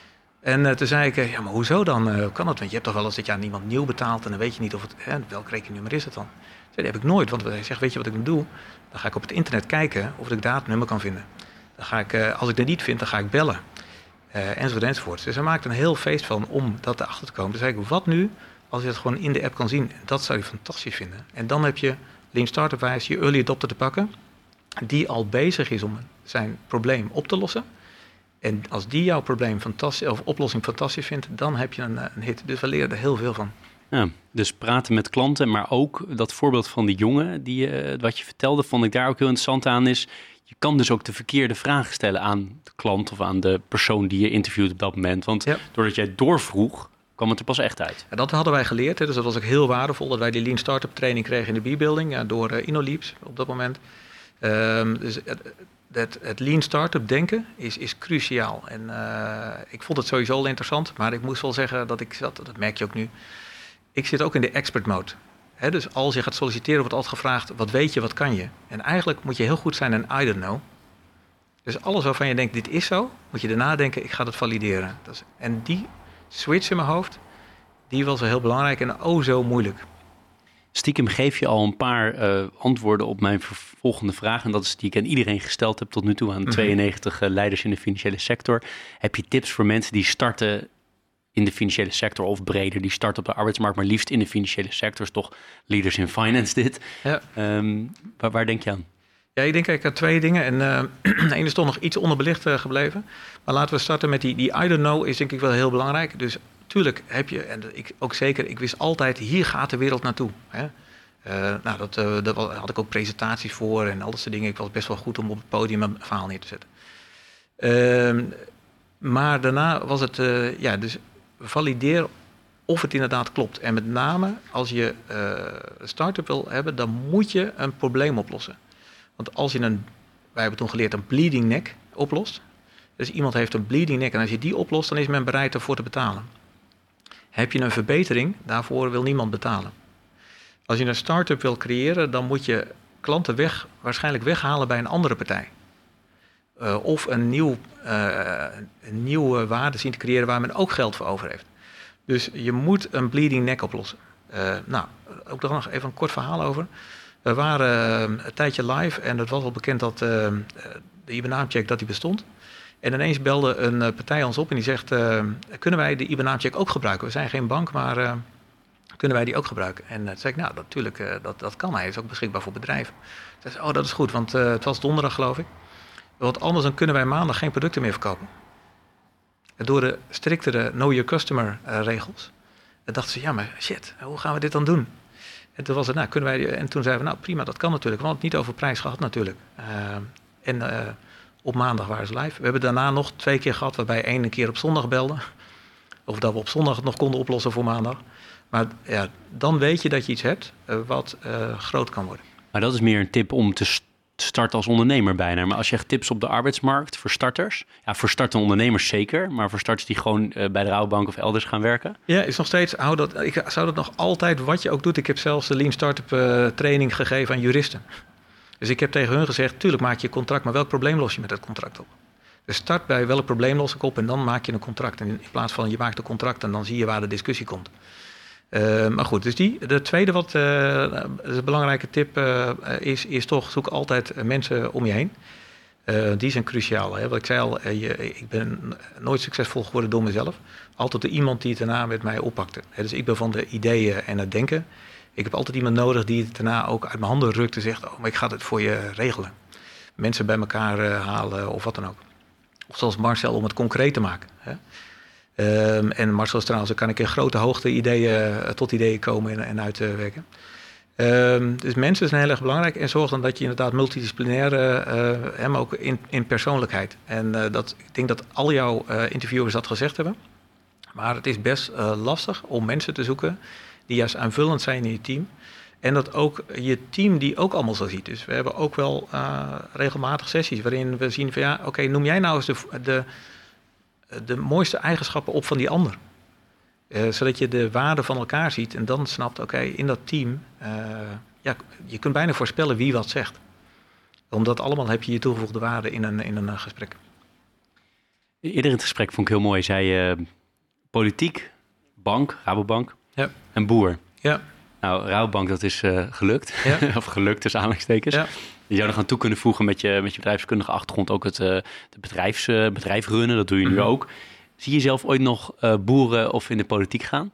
En toen zei ik, ja, maar hoezo dan? Hoe kan dat? Want je hebt toch wel eens dat je aan iemand nieuw betaalt en dan weet je niet of het, welk rekeningnummer is het dan? Dat heb ik nooit, want hij zegt, weet je wat ik dan doe? Dan ga ik op het internet kijken of ik daar het nummer kan vinden. Dan ga ik, als ik dat niet vind, dan ga ik bellen. Enzovoort. Dus hij maakt een heel feest van om dat erachter te komen. Dus zei ik, wat nu als je het gewoon in de app kan zien? Dat zou je fantastisch vinden. En dan heb je lean startup wijs je early adopter te pakken, die al bezig is om zijn probleem op te lossen. En als die jouw probleem fantastisch, of oplossing fantastisch vindt, dan heb je een hit. Dus we leren er heel veel van. Ja, dus praten met klanten, maar ook dat voorbeeld van die jongen, wat je vertelde, vond ik daar ook heel interessant aan is. Je kan dus ook de verkeerde vragen stellen aan de klant of aan de persoon die je interviewt op dat moment. Want doordat jij doorvroeg, kwam het er pas echt uit. Ja, dat hadden wij geleerd. Hè. Dus dat was ook heel waardevol dat wij die Lean Startup training kregen in de B-building door InnoLeaps op dat moment. Dus het Lean Startup denken is cruciaal. En ik vond het sowieso al interessant, maar ik moest wel zeggen dat ik zat, dat merk je ook nu. Ik zit ook in de expert mode. He, dus als je gaat solliciteren wordt altijd gevraagd, wat weet je, wat kan je? En eigenlijk moet je heel goed zijn in I don't know. Dus alles waarvan je denkt, dit is zo, moet je daarna denken, ik ga dat valideren. En die switch in mijn hoofd, die was wel heel belangrijk en zo moeilijk. Stiekem geef je al een paar antwoorden op mijn volgende vraag. En dat is die ik aan iedereen gesteld heb tot nu toe aan 92 leiders in de financiële sector. Heb je tips voor mensen die starten in de financiële sector of breder, die starten op de arbeidsmarkt, maar liefst in de financiële sector, is toch Leaders in Finance dit. Ja. Waar denk je aan? Ja, ik denk eigenlijk aan 2 dingen. En de ene is toch nog iets onderbelicht gebleven. Maar laten we starten met die I don't know is denk ik wel heel belangrijk. Dus tuurlijk heb je, en ik ook zeker, ik wist altijd, hier gaat de wereld naartoe. Hè? Daar had ik ook presentaties voor en al dat soort dingen. Ik was best wel goed om op het podium een verhaal neer te zetten. Maar daarna was het, dus valideer of het inderdaad klopt. En met name als je een start-up wil hebben, dan moet je een probleem oplossen. Want als je wij hebben toen geleerd, een bleeding neck oplost. Dus iemand heeft een bleeding neck en als je die oplost, dan is men bereid ervoor te betalen. Heb je een verbetering, daarvoor wil niemand betalen. Als je een start-up wil creëren, dan moet je klanten waarschijnlijk weghalen bij een andere partij. Of een nieuwe waarde zien te creëren waar men ook geld voor over heeft. Dus je moet een bleeding neck oplossen. Ook nog even een kort verhaal over. We waren een tijdje live en het was al bekend dat de IBAN-naamcheck dat die bestond. En ineens belde een partij ons op en die zegt, kunnen wij de IBAN-naamcheck ook gebruiken? We zijn geen bank, maar kunnen wij die ook gebruiken? En toen zei ik, natuurlijk, dat kan. Hij is ook beschikbaar voor bedrijven. Toen zei dat is goed, want het was donderdag geloof ik. Want anders dan kunnen wij maandag geen producten meer verkopen. Door de striktere Know Your Customer regels. En dachten ze, ja maar shit, hoe gaan we dit dan doen? En toen was het, kunnen wij... En toen zeiden we, prima, dat kan natuurlijk. We hadden het niet over prijs gehad natuurlijk. Op maandag waren ze live. We hebben daarna nog 2 keer gehad, waarbij 1 keer op zondag belde. Of dat we op zondag het nog konden oplossen voor maandag. Maar ja, dan weet je dat je iets hebt wat groot kan worden. Maar dat is meer een tip om te starten als ondernemer bijna. Maar als je echt tips op de arbeidsmarkt voor starters... Ja, voor startende ondernemers zeker... maar voor starters die gewoon bij de Rabobank of elders gaan werken... Ja, is nog steeds... Ik zou dat nog altijd, wat je ook doet... Ik heb zelfs de Lean Startup training gegeven aan juristen. Dus ik heb tegen hun gezegd... tuurlijk maak je een contract... maar welk probleem los je met dat contract op? Dus start bij welk probleem los ik op... en dan maak je een contract. En in plaats van je maakt een contract... en dan zie je waar de discussie komt. Maar goed, dus de tweede wat een belangrijke tip is toch... zoek altijd mensen om je heen. Die zijn cruciaal. Hè? Wat ik zei al, ik ben nooit succesvol geworden door mezelf. Altijd door iemand die het daarna met mij oppakte. Dus ik ben van de ideeën en het denken. Ik heb altijd iemand nodig die het daarna ook uit mijn handen rukt... en zegt, oh, maar ik ga het voor je regelen. Mensen bij elkaar halen of wat dan ook. Of zoals Marcel om het concreet te maken. Hè? En Marcel is trouwens, kan ik in grote hoogte tot ideeën komen en uitwerken. Dus mensen zijn heel erg belangrijk. En zorg dan dat je inderdaad multidisciplinair, maar ook in persoonlijkheid. En ik denk dat al jouw interviewers dat gezegd hebben. Maar het is best lastig om mensen te zoeken die juist aanvullend zijn in je team. En dat ook je team die ook allemaal zo ziet. Dus we hebben ook wel regelmatig sessies waarin we zien van ja, oké, noem jij nou eens de mooiste eigenschappen op van die ander. Zodat je de waarde van elkaar ziet en dan snapt, oké, in dat team... je kunt bijna voorspellen wie wat zegt. Omdat allemaal heb je je toegevoegde waarde in een gesprek. Eerder in het gesprek vond ik heel mooi. Zei politiek, bank, Rabobank en boer. Ja. Nou, Rabobank, dat is gelukt. Ja. Of gelukt tussen aanhalingstekens. Ja. Je zou er aan toe kunnen voegen met je bedrijfskundige achtergrond ook het bedrijf runnen. Dat doe je nu ook. Zie je zelf ooit nog boeren of in de politiek gaan?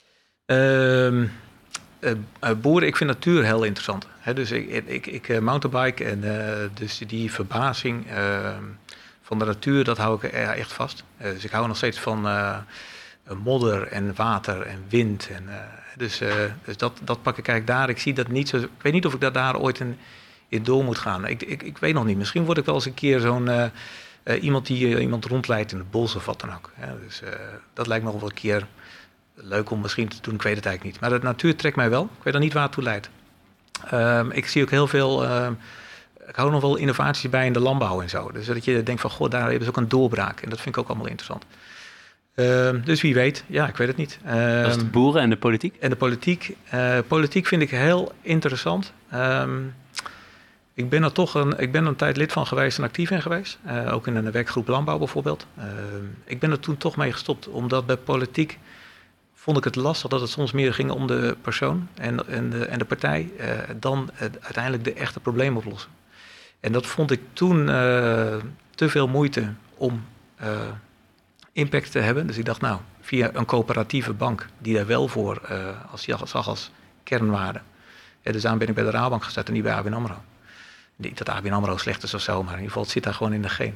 Boeren, ik vind natuur heel interessant. Dus ik mountainbike en dus die verbazing van de natuur, dat hou ik echt vast. Dus ik hou nog steeds van modder en water en wind. Dus dat pak ik eigenlijk daar. Ik zie dat niet zo. Ik weet niet of ik daar ooit in door moet gaan. Ik weet nog niet. Misschien word ik wel eens een keer zo'n iemand die iemand rondleidt in het bos of wat dan ook. Dus dat lijkt me nog wel een keer leuk om misschien te doen. Ik weet het eigenlijk niet. Maar de natuur trekt mij wel. Ik weet dan niet waar het toe leidt. Ik zie ook heel veel... ik hou nog wel innovaties bij in de landbouw en zo. Dus dat je denkt van, goh, daar hebben ze ook een doorbraak. En dat vind ik ook allemaal interessant. Dus wie weet, ja, ik weet het niet. Dat is de boeren en de politiek? En de politiek. Politiek vind ik heel interessant. Ik ben een tijd lid van geweest en actief in geweest. Ook in een werkgroep landbouw bijvoorbeeld. Ik ben er toen toch mee gestopt. Omdat bij politiek vond ik het lastig dat het soms meer ging om de persoon en de partij. Dan uiteindelijk de echte problemen oplossen. En dat vond ik toen te veel moeite om impact te hebben. Dus ik dacht, nou, via een coöperatieve bank die daar wel voor zag als kernwaarde. Dus daarom ben ik bij de Rabobank gestart en niet bij ABN AMRO. Niet dat ABN AMRO slecht is of zo, maar in ieder geval het zit daar gewoon in de genen.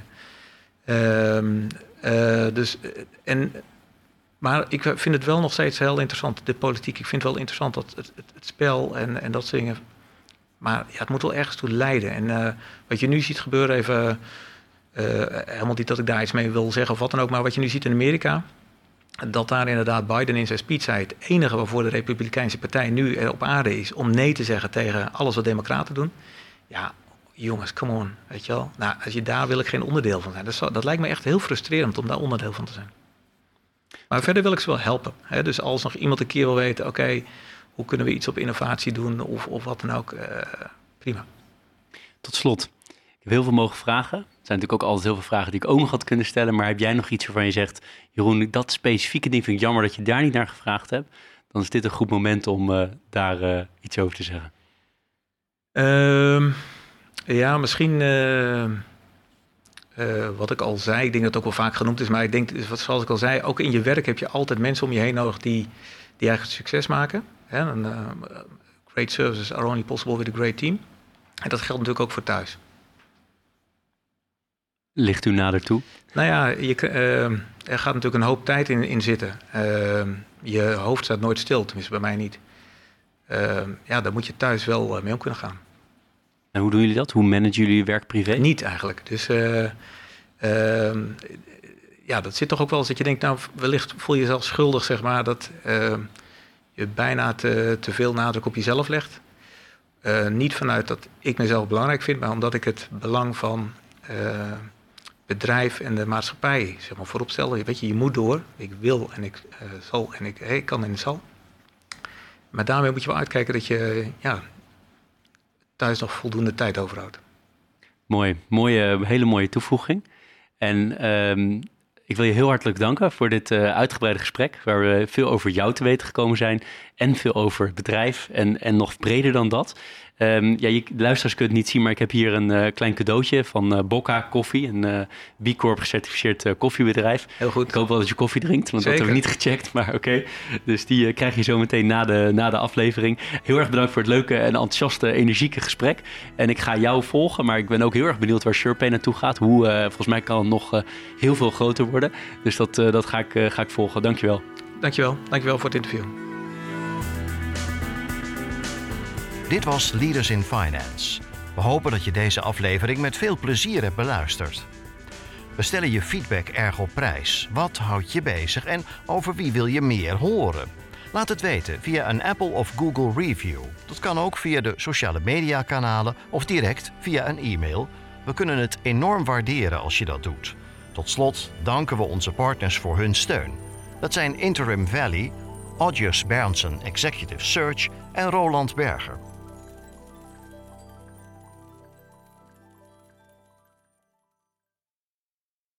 Maar ik vind het wel nog steeds heel interessant, de politiek. Ik vind het wel interessant dat het spel en dat soort dingen. Maar ja, het moet wel ergens toe leiden. En wat je nu ziet gebeuren, even helemaal niet dat ik daar iets mee wil zeggen of wat dan ook, maar wat je nu ziet in Amerika, dat daar inderdaad Biden in zijn speech zei, het enige waarvoor de Republikeinse partij nu op aarde is om nee te zeggen tegen alles wat democraten doen. Ja, jongens, come on, weet je wel. Nou, daar wil ik geen onderdeel van zijn. Dat lijkt me echt heel frustrerend om daar onderdeel van te zijn. Maar verder wil ik ze wel helpen. Hè? Dus als nog iemand een keer wil weten, oké, hoe kunnen we iets op innovatie doen of wat dan ook, prima. Tot slot, ik heb heel veel mogen vragen. Er zijn natuurlijk ook altijd heel veel vragen die ik ook nog had kunnen stellen. Maar heb jij nog iets waarvan je zegt, Jeroen, dat specifieke ding vind ik jammer dat je daar niet naar gevraagd hebt. Dan is dit een goed moment om daar iets over te zeggen. Ja, misschien wat ik al zei, ik denk dat het ook wel vaak genoemd is, maar ik denk, zoals ik al zei, ook in je werk heb je altijd mensen om je heen nodig die eigenlijk succes maken. Great services are only possible with a great team. En dat geldt natuurlijk ook voor thuis. Ligt u nader toe? Nou ja, er gaat natuurlijk een hoop tijd in zitten. Je hoofd staat nooit stil, tenminste bij mij niet. Daar moet je thuis wel mee om kunnen gaan. En hoe doen jullie dat? Hoe managen jullie je werk privé? Niet eigenlijk. Dus dat zit toch ook wel eens dat je denkt, nou, wellicht voel je jezelf schuldig, zeg maar, dat je bijna te veel nadruk op jezelf legt. Niet vanuit dat ik mezelf belangrijk vind, maar omdat ik het belang van bedrijf en de maatschappij zeg maar, voorop stel. Weet je, je moet door. Ik wil en ik zal en ik kan en ik zal. Maar daarmee moet je wel uitkijken dat je thuis nog voldoende tijd overhoudt. Hele mooie toevoeging. En ik wil je heel hartelijk danken voor dit uitgebreide gesprek, waar we veel over jou te weten gekomen zijn en veel over het bedrijf en nog breder dan dat. De luisteraars kunnen het niet zien, maar ik heb hier een klein cadeautje van Bocca Koffie, een B Corp gecertificeerd koffiebedrijf. Heel goed. Ik hoop wel dat je koffie drinkt, want Zeker. dat hebben we niet gecheckt, maar oké. Dus die krijg je zo meteen na de aflevering. Heel erg bedankt voor het leuke en enthousiaste, energieke gesprek. En ik ga jou volgen, maar ik ben ook heel erg benieuwd waar SurePay naartoe gaat. Volgens mij kan het nog heel veel groter worden. Dus dat ga ik volgen. Dankjewel. Dankjewel voor het interview. Dit was Leaders in Finance. We hopen dat je deze aflevering met veel plezier hebt beluisterd. We stellen je feedback erg op prijs. Wat houdt je bezig en over wie wil je meer horen? Laat het weten via een Apple of Google review. Dat kan ook via de sociale mediakanalen of direct via een e-mail. We kunnen het enorm waarderen als je dat doet. Tot slot danken we onze partners voor hun steun. Dat zijn Interim Valley, Audius Berndsen Executive Search en Roland Berger.